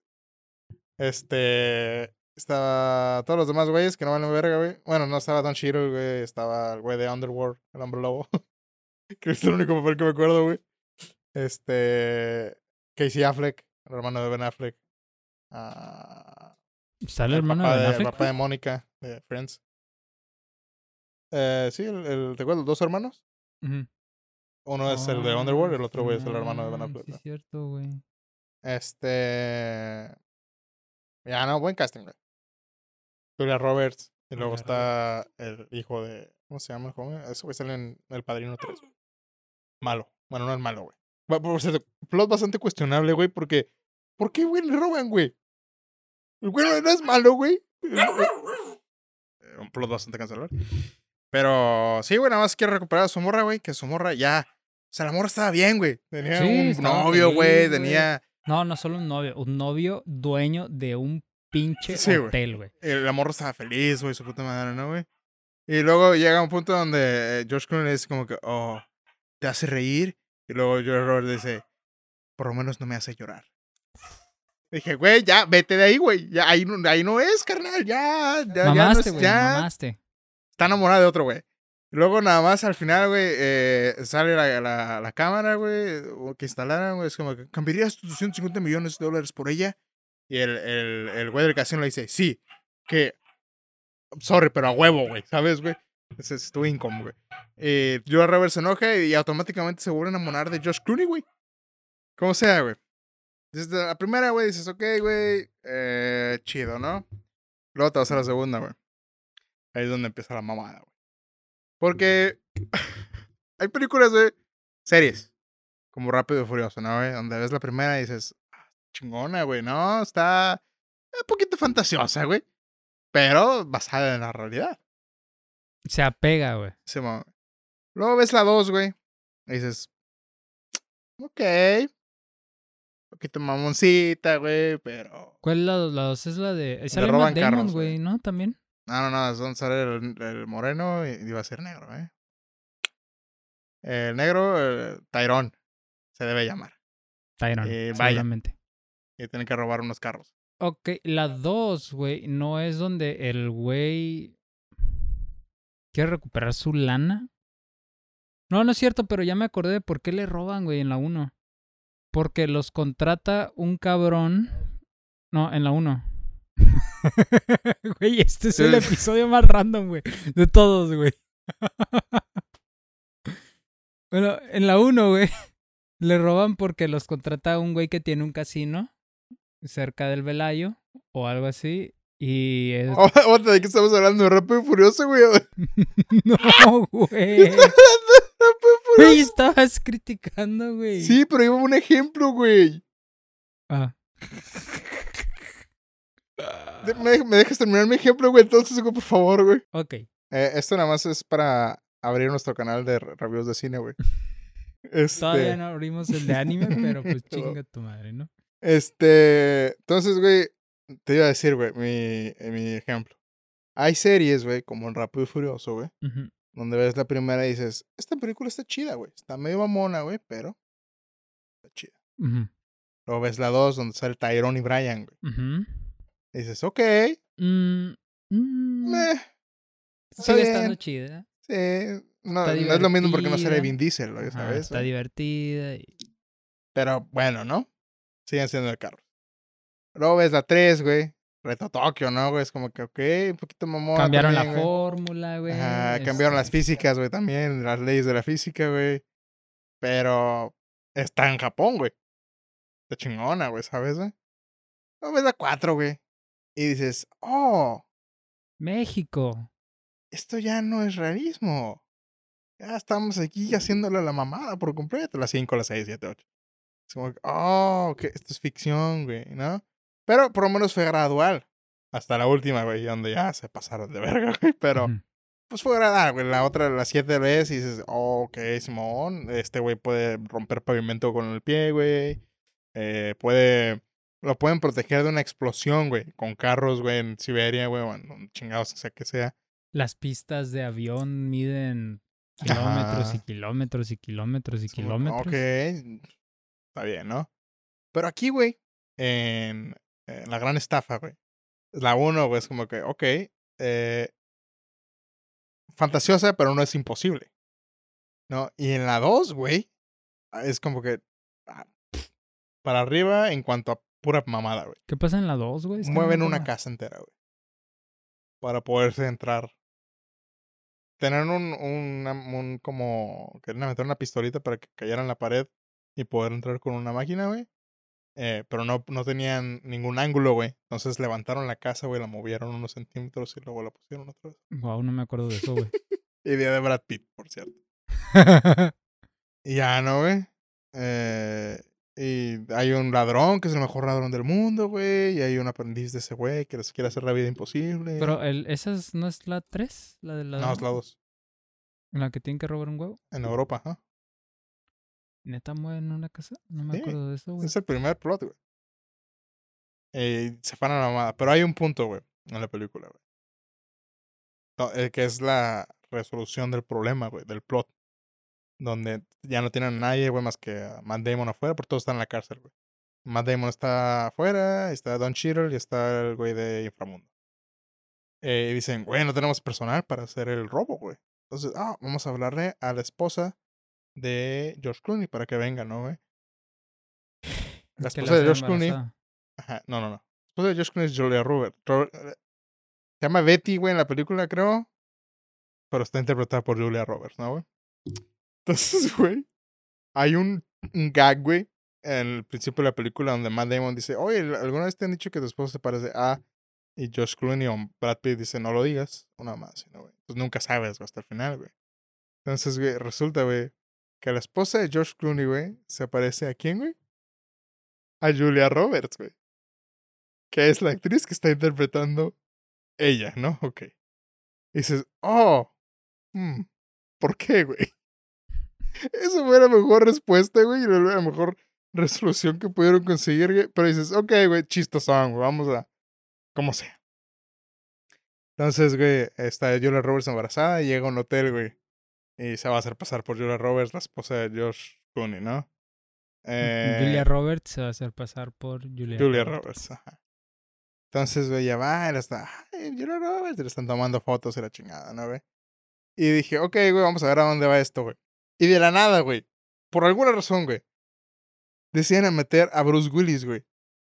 A: Este. Estaba todos los demás güeyes que no valen verga, güey. Bueno, no estaba Don Cheadle, güey. Estaba el güey de Underworld, el hombre lobo. que es el único papel que me acuerdo, güey. Este. Casey Affleck, el hermano de Ben Affleck. Ah,
B: ¿Está el
A: el
B: hermano
A: papá
B: de Ben
A: de, el
B: Affleck?
A: papá de Mónica, de Friends. Eh, sí, el, el- ¿te acuerdas? Los dos hermanos.
B: Ujú.
A: Uno es el de
B: Oh,
A: Underworld, el otro güey es el hermano de Ben
B: Simón,
A: Affleck.
B: Sí,
A: ¿no?
B: es cierto, güey.
A: Este. Ya, no, buen casting, güey. Julia Roberts. Y luego
B: Julia
A: está el hijo de. ¿Cómo se llama el joven? Ese güey sale en El Padrino tres. Malo. Bueno, no es malo, güey. Va- Por cierto, plot bastante cuestionable, güey, porque. ¿Por qué, güey, le roban, güey? El güey no no es malo, güey. Eh, Un plot bastante cancelable. Pero sí, güey, nada más quiero recuperar a su morra, güey. Que su morra ya. O sea, la morra estaba bien, güey. Tenía
B: Sí,
A: un
B: estaba
A: novio, güey.
B: feliz, güey.
A: Tenía.
B: No, no solo un novio, un novio dueño de un pinche
A: Sí, güey.
B: hotel, güey.
A: El la morra estaba feliz, güey, su puta madre, ¿no, güey? Y luego llega un punto donde eh, George Clooney es como que, oh, te hace reír. Y luego George Robert dice, por lo menos no me hace llorar. Dije, güey, ya, vete de ahí, güey. Ya, ahí, no- ahí no es, carnal. Ya, ya, ya no
B: Mamaste,
A: es,
B: güey,
A: ya.
B: mamaste.
A: Está enamorada de otro, güey. Y luego nada más al final, güey, eh, sale la, la, la cámara, güey, o que instalaran, güey. Es como que, ¿cambiarías tus doscientos cincuenta millones de dólares por ella? Y el, el, el güey del casino le dice, sí, que, sorry, pero a huevo, güey, ¿sabes, güey? Ese es tu income, güey. Eh, Joe Robert se enoja y automáticamente se vuelve a enamorar de Josh Clooney, güey. Como sea, güey. Desde la primera, güey, dices, ok, güey, eh, chido, ¿no? Luego te vas a la segunda, güey. Ahí es donde empieza la mamada, güey. Porque hay películas, güey, series, como Rápido y Furioso, ¿no, güey? Donde ves la primera y dices, "Ah, chingona, güey, ¿no? Está un poquito fantasiosa, güey. Pero basada en la realidad.
B: Se apega, güey.
A: Sí, mo- Luego ves la dos, güey. Y dices, ok. Un poquito mamoncita, güey, pero.
B: ¿Cuál es la dos? La dos es la de...
A: Le
B: Sale
A: roban
B: Matt Damon,
A: carros, güey.
B: güey, ¿no? También.
A: No, no, no, es donde sale el, el moreno y iba a ser negro, ¿eh? El negro, eh, Tyrone, se debe llamar.
B: Tyrone,
A: Eh, vaya.
B: seguramente.
A: Y tienen que robar unos carros.
B: Ok, la dos, güey, no es donde el güey quiere recuperar su lana. No, no es cierto, pero ya me acordé de por qué le roban, güey, en la uno. Porque los contrata un cabrón No, en la uno. Güey, este es el episodio más random, güey. De todos, güey. Bueno, en la uno, güey. Le roban porque los contrata un güey que tiene un casino cerca del Velayo o algo así. Y es...
A: Oh, ¿de qué estamos hablando? ¿De Rápido y Furioso, güey?
B: No, güey. Güey, estabas criticando, güey.
A: Sí, pero iba un ejemplo, güey.
B: Ah.
A: ¿Me, ¿Me dejas terminar mi ejemplo, güey? Entonces, güey, por favor, güey.
B: Ok.
A: Eh, esto nada más es para abrir nuestro canal de reviews de cine, güey. Este...
B: Todavía no abrimos el de anime, pero pues chinga tu madre, ¿no?
A: Este... Entonces, güey, te iba a decir, güey, mi, mi ejemplo. Hay series, güey, como en Rápido y Furioso, güey,
B: uh-huh.
A: donde ves la primera y dices, esta película está chida, güey. Está medio mamona, güey, pero está chida.
B: Uh-huh.
A: Luego ves la dos, donde sale Tyrone y Brian, güey.
B: Uh-huh.
A: Y dices, ok.
B: Mm, mm,
A: Meh,
B: sigue estando chida.
A: Sí. No, no es lo mismo porque no sale Vin Diesel, güey, ¿sabes?
B: Ajá, está
A: ¿eh?
B: divertida. Y...
A: Pero bueno, ¿no? Siguen siendo el carro. Luego ves la tres, güey. Reto Tokio, ¿no, güey? Es como que, ok, un poquito mamona.
B: Cambiaron
A: también,
B: la
A: güey.
B: fórmula, güey.
A: Ajá, es... cambiaron las físicas, güey, también. Las leyes de la física, güey. Pero está en Japón, güey. Está chingona, güey, ¿sabes, güey? Luego ves la cuatro, güey. Y dices, oh.
B: México.
A: Esto ya no es realismo. Ya estamos aquí haciéndole la mamada por completo. Las cinco, las seis, siete, ocho. Es como, oh, que esto es ficción, güey, ¿no? Pero por lo menos fue gradual. Hasta la última, güey, donde ya se pasaron de verga, güey. Pero, uh-huh. pues fue gradual, güey. La otra, las siete veces, y dices, oh, ok, Simón. Este güey puede romper pavimento con el pie, güey. Eh, puede. Lo pueden proteger de una explosión, güey. Con carros, güey, en Siberia, güey. O en chingados, o sea que sea.
B: Las pistas de avión miden kilómetros Ajá. y kilómetros y kilómetros y es kilómetros.
A: Ok. Está bien, ¿no? Pero aquí, güey, en, en La Gran Estafa, güey. La uno, güey, es como que, ok. Eh, fantasiosa, pero no es imposible. ¿No? Y en la dos, güey, es como que. Ah, pff, para arriba en cuanto a pura mamada, güey.
B: ¿Qué pasa en la dos, güey? Es
A: Mueven no una casa entera, güey. Para poderse entrar. Tener un, un, un como. Querían meter una pistolita para que cayera en la pared y poder entrar con una máquina, güey. Eh, pero no, no tenían ningún ángulo, güey. Entonces levantaron la casa, güey, la movieron unos centímetros y luego la pusieron otra vez.
B: Wow, no me acuerdo de eso, güey.
A: Idea de Brad Pitt, por cierto. Y ya, ¿no, güey? Eh, y hay un ladrón que es el mejor ladrón del mundo, güey. Y hay un aprendiz de ese güey que les quiere hacer la vida imposible.
B: Pero el, ¿esa es, no es la tres? ¿La del ladrón?
A: No, es la dos.
B: ¿En la que tienen que robar un huevo?
A: En Europa, ¿ah? ¿eh?
B: ¿Neta mueven una casa? No me
A: sí,
B: acuerdo de eso, güey.
A: Es el primer plot, güey. Eh, se van a la mamada. Pero hay un punto, güey, en la película, güey. No, eh, que es la resolución del problema, güey, del plot. Donde ya no tienen a nadie, güey, más que a Matt Damon afuera, porque todos están en la cárcel, güey. Matt Damon está afuera, está Don Cheadle y está el güey de Inframundo. Eh, y dicen, güey, no tenemos personal para hacer el robo, güey. Entonces, ah, vamos a hablarle a la esposa de George Clooney para que venga, ¿no, güey? La esposa de George Clooney. Ajá, no, no, no. La esposa de George Clooney es Julia Roberts. Robert, se llama Betty, güey, en la película, creo. Pero está interpretada por Julia Roberts, ¿no, güey? Entonces, güey, hay un, un gag, güey, en el principio de la película donde Matt Damon dice, oye, ¿alguna vez te han dicho que tu esposa se parece a... Y Josh Clooney o Brad Pitt dice, no lo digas, una más, ¿no, güey? Pues nunca sabes, güey, hasta el final, güey. Entonces, güey, resulta, güey, que la esposa de Josh Clooney, güey, se parece a quién, güey? A Julia Roberts, güey. Que es la actriz que está interpretando ella, ¿no? Ok. Y dices, oh, hmm, ¿por qué, güey? Esa fue la mejor respuesta, güey, y la mejor resolución que pudieron conseguir, güey. Pero dices, ok, güey, chistosón, güey, vamos a... como sea. Entonces, güey, está Julia Roberts embarazada y llega a un hotel, güey. Y se va a hacer pasar por Julia Roberts, la esposa de Josh Clooney, ¿no?
B: Eh, Julia Roberts se va a hacer pasar por Julia,
A: Julia
B: Roberts.
A: Roberts, ajá. Entonces, güey, ya va, y está, ay, Julia Roberts, y le están tomando fotos y la chingada, ¿no, güey? Y dije, ok, güey, vamos a ver a dónde va esto, güey. Y de la nada, güey, por alguna razón, güey, decían a meter a Bruce Willis, güey.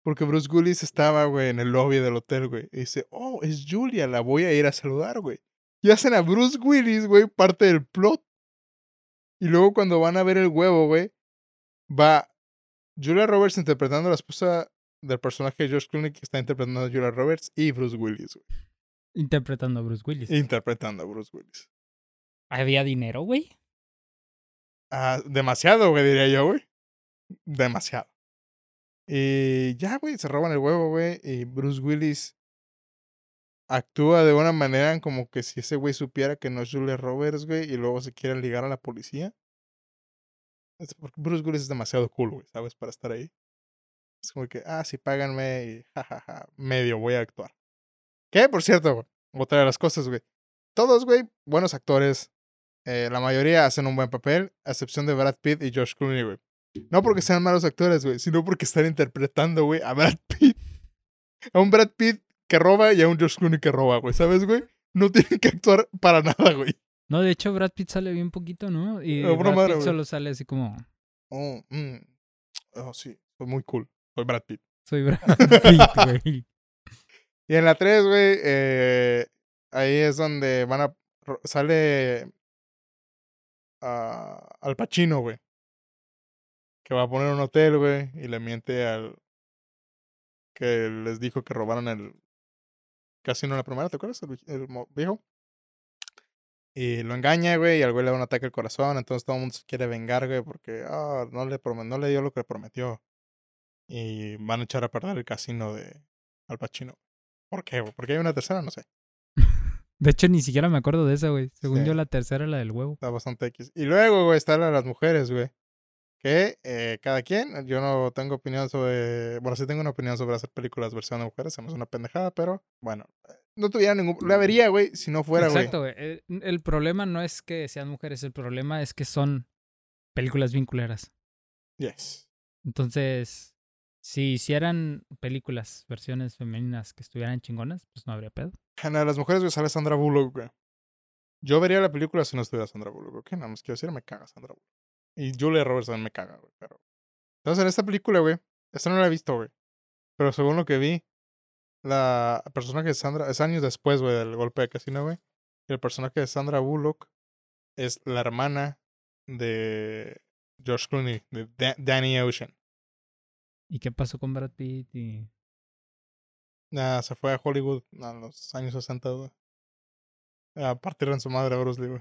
A: Porque Bruce Willis estaba, güey, en el lobby del hotel, güey. Y dice, oh, es Julia, la voy a ir a saludar, güey. Y hacen a Bruce Willis, güey, parte del plot. Y luego cuando van a ver el huevo, güey, va Julia Roberts interpretando a la esposa del personaje de George Clooney que está interpretando a Julia Roberts y Bruce Willis, güey.
B: Interpretando a Bruce Willis.
A: Interpretando a Bruce Willis.
B: ¿Había dinero, güey?
A: Ah, demasiado, güey, diría yo, güey. Demasiado. Y ya, güey, se roban el huevo, güey. Y Bruce Willis actúa de una manera como que si ese güey supiera que no es Julia Roberts, güey, y luego se quiere ligar a la policía. Es porque Bruce Willis es demasiado cool, güey, ¿sabes? Para estar ahí. Es como que, ah, sí, páganme y jajaja, medio voy a actuar. ¿Qué? Por cierto, güey, otra de las cosas, güey. Todos, güey, buenos actores. Eh, la mayoría hacen un buen papel, a excepción de Brad Pitt y George Clooney, güey. No porque sean malos actores, güey, sino porque están interpretando, güey, a Brad Pitt. A un Brad Pitt que roba y a un George Clooney que roba, güey, ¿sabes, güey? No tienen que actuar para nada, güey.
B: No, de hecho, Brad Pitt sale bien poquito, ¿no? Y
A: No,
B: Brad
A: madre,
B: Pitt
A: güey.
B: solo sale así como...
A: Oh, mm. Oh, sí, soy muy cool. Soy Brad Pitt.
B: Soy Brad Pitt, güey.
A: Y en la tres, güey, eh, ahí es donde van a... Sale... Uh, Al Pacino, güey. Que va a poner un hotel, güey, y le miente al... Que les dijo que robaron el casino en la primera, ¿te acuerdas? El, el viejo. Y lo engaña, güey, y al güey le da un ataque al corazón. Entonces todo el mundo se quiere vengar, güey, porque oh, no, le promet no le dio lo que prometió. Y van a echar a perder el casino de Al Pacino. ¿Por qué, güey? ¿Porque hay una tercera? No sé.
B: De hecho, ni siquiera me acuerdo de esa, güey. Según
A: Sí.
B: yo, la tercera es la del huevo.
A: Está bastante X. Y luego, güey, está la de las mujeres, güey. Que eh, cada quien, yo no tengo opinión sobre... Bueno, sí tengo una opinión sobre hacer películas versión de mujeres. Se me hace una pendejada, pero bueno. No tuviera ningún... La vería, güey, si no fuera, güey.
B: Exacto, güey. El, el problema no es que sean mujeres. El problema es que son películas bien culeras.
A: Yes.
B: Entonces, si hicieran películas, versiones femeninas que estuvieran chingonas, pues no habría pedo.
A: En la de las mujeres, güey, sale Sandra Bullock, güey. Yo vería la película si no estuviera Sandra Bullock, ¿ok? Nada más quiero decir, me caga Sandra Bullock. Y Julia Roberts también me caga, güey, pero... Entonces, en esta película, güey, esta no la he visto, güey. Pero según lo que vi, la personaje de Sandra... Es años después, güey, del golpe de casino, güey. Y el personaje de Sandra Bullock es la hermana de George Clooney, de Da- Danny Ocean.
B: ¿Y qué pasó con Brad Pitt? Y...
A: Ah, se fue a Hollywood a los años sesenta, güey. A partir en su madre a Bruce Lee, güey.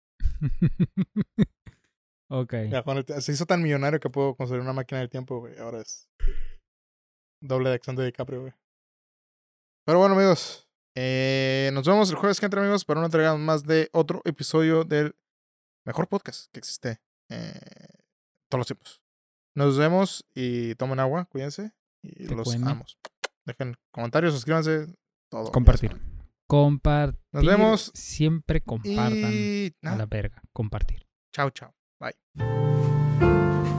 B: Ok.
A: Ya, con el- se hizo tan millonario que pudo construir una máquina del tiempo, güey. Ahora es doble de acción de DiCaprio, güey. Pero bueno, amigos. Eh, nos vemos el jueves que entra, amigos, para una entrega más de otro episodio del mejor podcast que existe eh, todos los tiempos. Nos vemos y tomen agua, cuídense. Y
B: Te
A: los
B: cueme.
A: amos. Dejen comentarios, suscríbanse. Todo.
B: Compartir.
A: ya saben.
B: Compartir.
A: Nos vemos.
B: Siempre compartan
A: Y
B: a la
A: nada.
B: verga. Compartir.
A: Chao, chao. Bye.